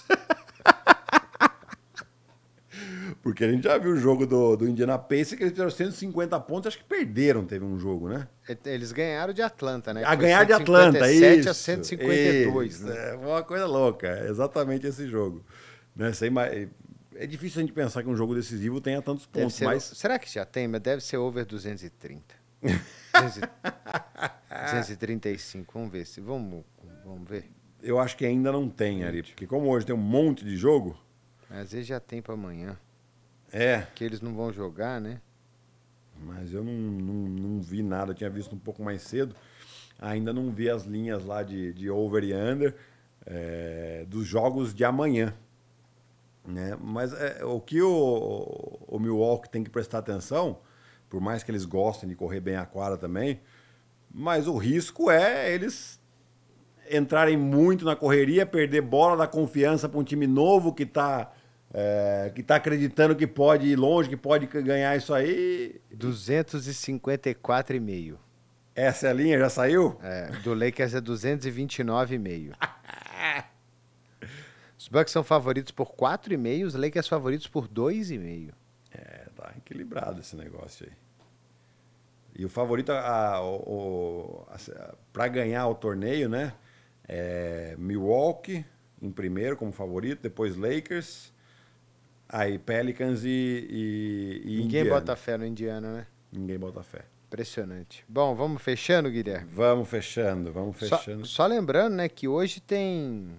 Porque a gente já viu o jogo do Indiana Pacers, que eles fizeram 150 pontos, acho que perderam, teve um jogo, né? Eles ganharam de Atlanta, né? A ganhar de Atlanta, 157 isso. a 152, isso, né? É uma coisa louca, é exatamente esse jogo. Né? É difícil a gente pensar que um jogo decisivo tenha tantos pontos, mas... Será que já tem? Mas deve ser over 230. 235, vamos ver. Vamos ver. Eu acho que ainda não tem, Ari, porque como hoje tem um monte de jogo... Às vezes já tem para amanhã. É. Que eles não vão jogar, né? Mas eu não vi nada, eu tinha visto um pouco mais cedo. Ainda não vi as linhas lá de over e under dos jogos de amanhã. Né? Mas o que o Milwaukee tem que prestar atenção, por mais que eles gostem de correr bem a quadra também, mas o risco é eles entrarem muito na correria, perder bola, dar confiança para um time novo que está acreditando que pode ir longe, que pode ganhar isso aí. 254,5. Essa é a linha? Já saiu? Do Lakers é 229,5. Os Bucks são favoritos por 4,5, os Lakers favoritos por 2,5. Tá equilibrado esse negócio aí. E o favorito para ganhar o torneio, né? Milwaukee em primeiro como favorito, depois Lakers, aí Pelicans e Ninguém Indiana. bota fé no Indiana, né? Ninguém bota fé. Impressionante. Bom, vamos fechando, Guilherme? Vamos fechando. Só lembrando, né, que hoje tem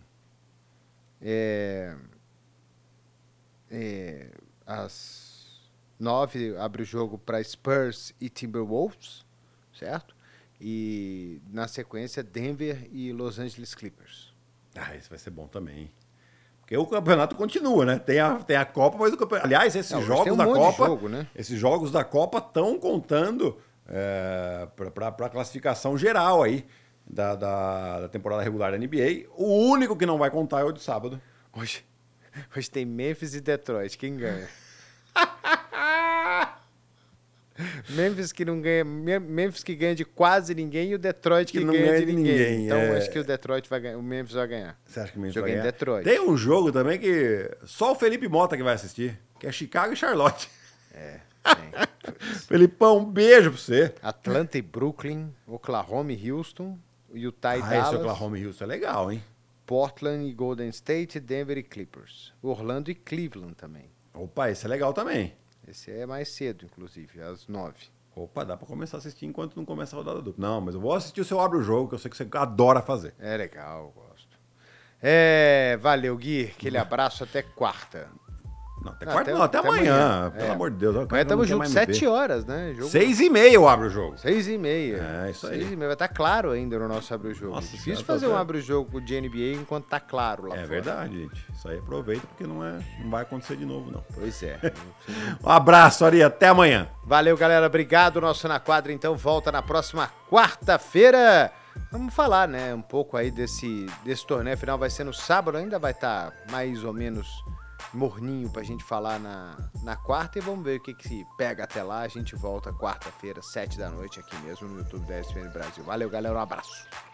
às 9 abre o jogo para Spurs e Timberwolves, certo? E na sequência Denver e Los Angeles Clippers. Esse vai ser bom também, hein? Porque o campeonato continua, né? Tem a Copa, mas o campeonato... Aliás, esses jogos da Copa... Jogo, né? Esses jogos da Copa estão contando para a classificação geral aí da temporada regular da NBA. O único que não vai contar é o de sábado. Hoje tem Memphis e Detroit. Quem ganha? Memphis que não ganha, Memphis que ganha de quase ninguém e o Detroit que não ganha de ninguém. Então é. acho que o Detroit vai ganhar, o Memphis vai ganhar. Você acha que o Memphis Joguei vai ganhar? em Detroit. Tem um jogo também que só o Felipe Mota que vai assistir, que é Chicago e Charlotte. Tem. Felipão, um beijo pra você. Atlanta e Brooklyn, Oklahoma e Houston, Utah e Dallas. Esse Oklahoma e Houston é legal, hein? Portland e Golden State, Denver e Clippers. Orlando e Cleveland também. Opa, esse é legal também. Esse é mais cedo, inclusive, às 9. Opa, dá pra começar a assistir enquanto não começa a rodada dupla. Não, mas eu vou assistir o seu Abre o Jogo, que eu sei que você adora fazer. É legal, eu gosto. Valeu, Gui. Aquele abraço até quarta. Não, até amanhã. Pelo amor de Deus. Amanhã estamos juntos 7 horas, né? Jogo... 6h30 eu abro o jogo. 6h30. Isso aí. 6h30. Vai estar claro ainda no nosso Abre o Jogo. Nossa, difícil fazer um Abre o Jogo de NBA enquanto tá claro lá fora. Verdade, gente. Isso aí aproveita porque não vai acontecer de novo, não. Pois é. Um abraço, Ari. Até amanhã. Valeu, galera. Obrigado. Nosso Na Quadra, então, volta na próxima quarta-feira. Vamos falar, né, um pouco aí desse torneio. Afinal, vai ser no sábado. Ainda vai estar mais ou menos morninho pra gente falar na quarta. E vamos ver o que se pega até lá. A gente volta quarta-feira, 7 da noite, aqui mesmo no YouTube da ESPN Brasil. Valeu, galera. Um abraço.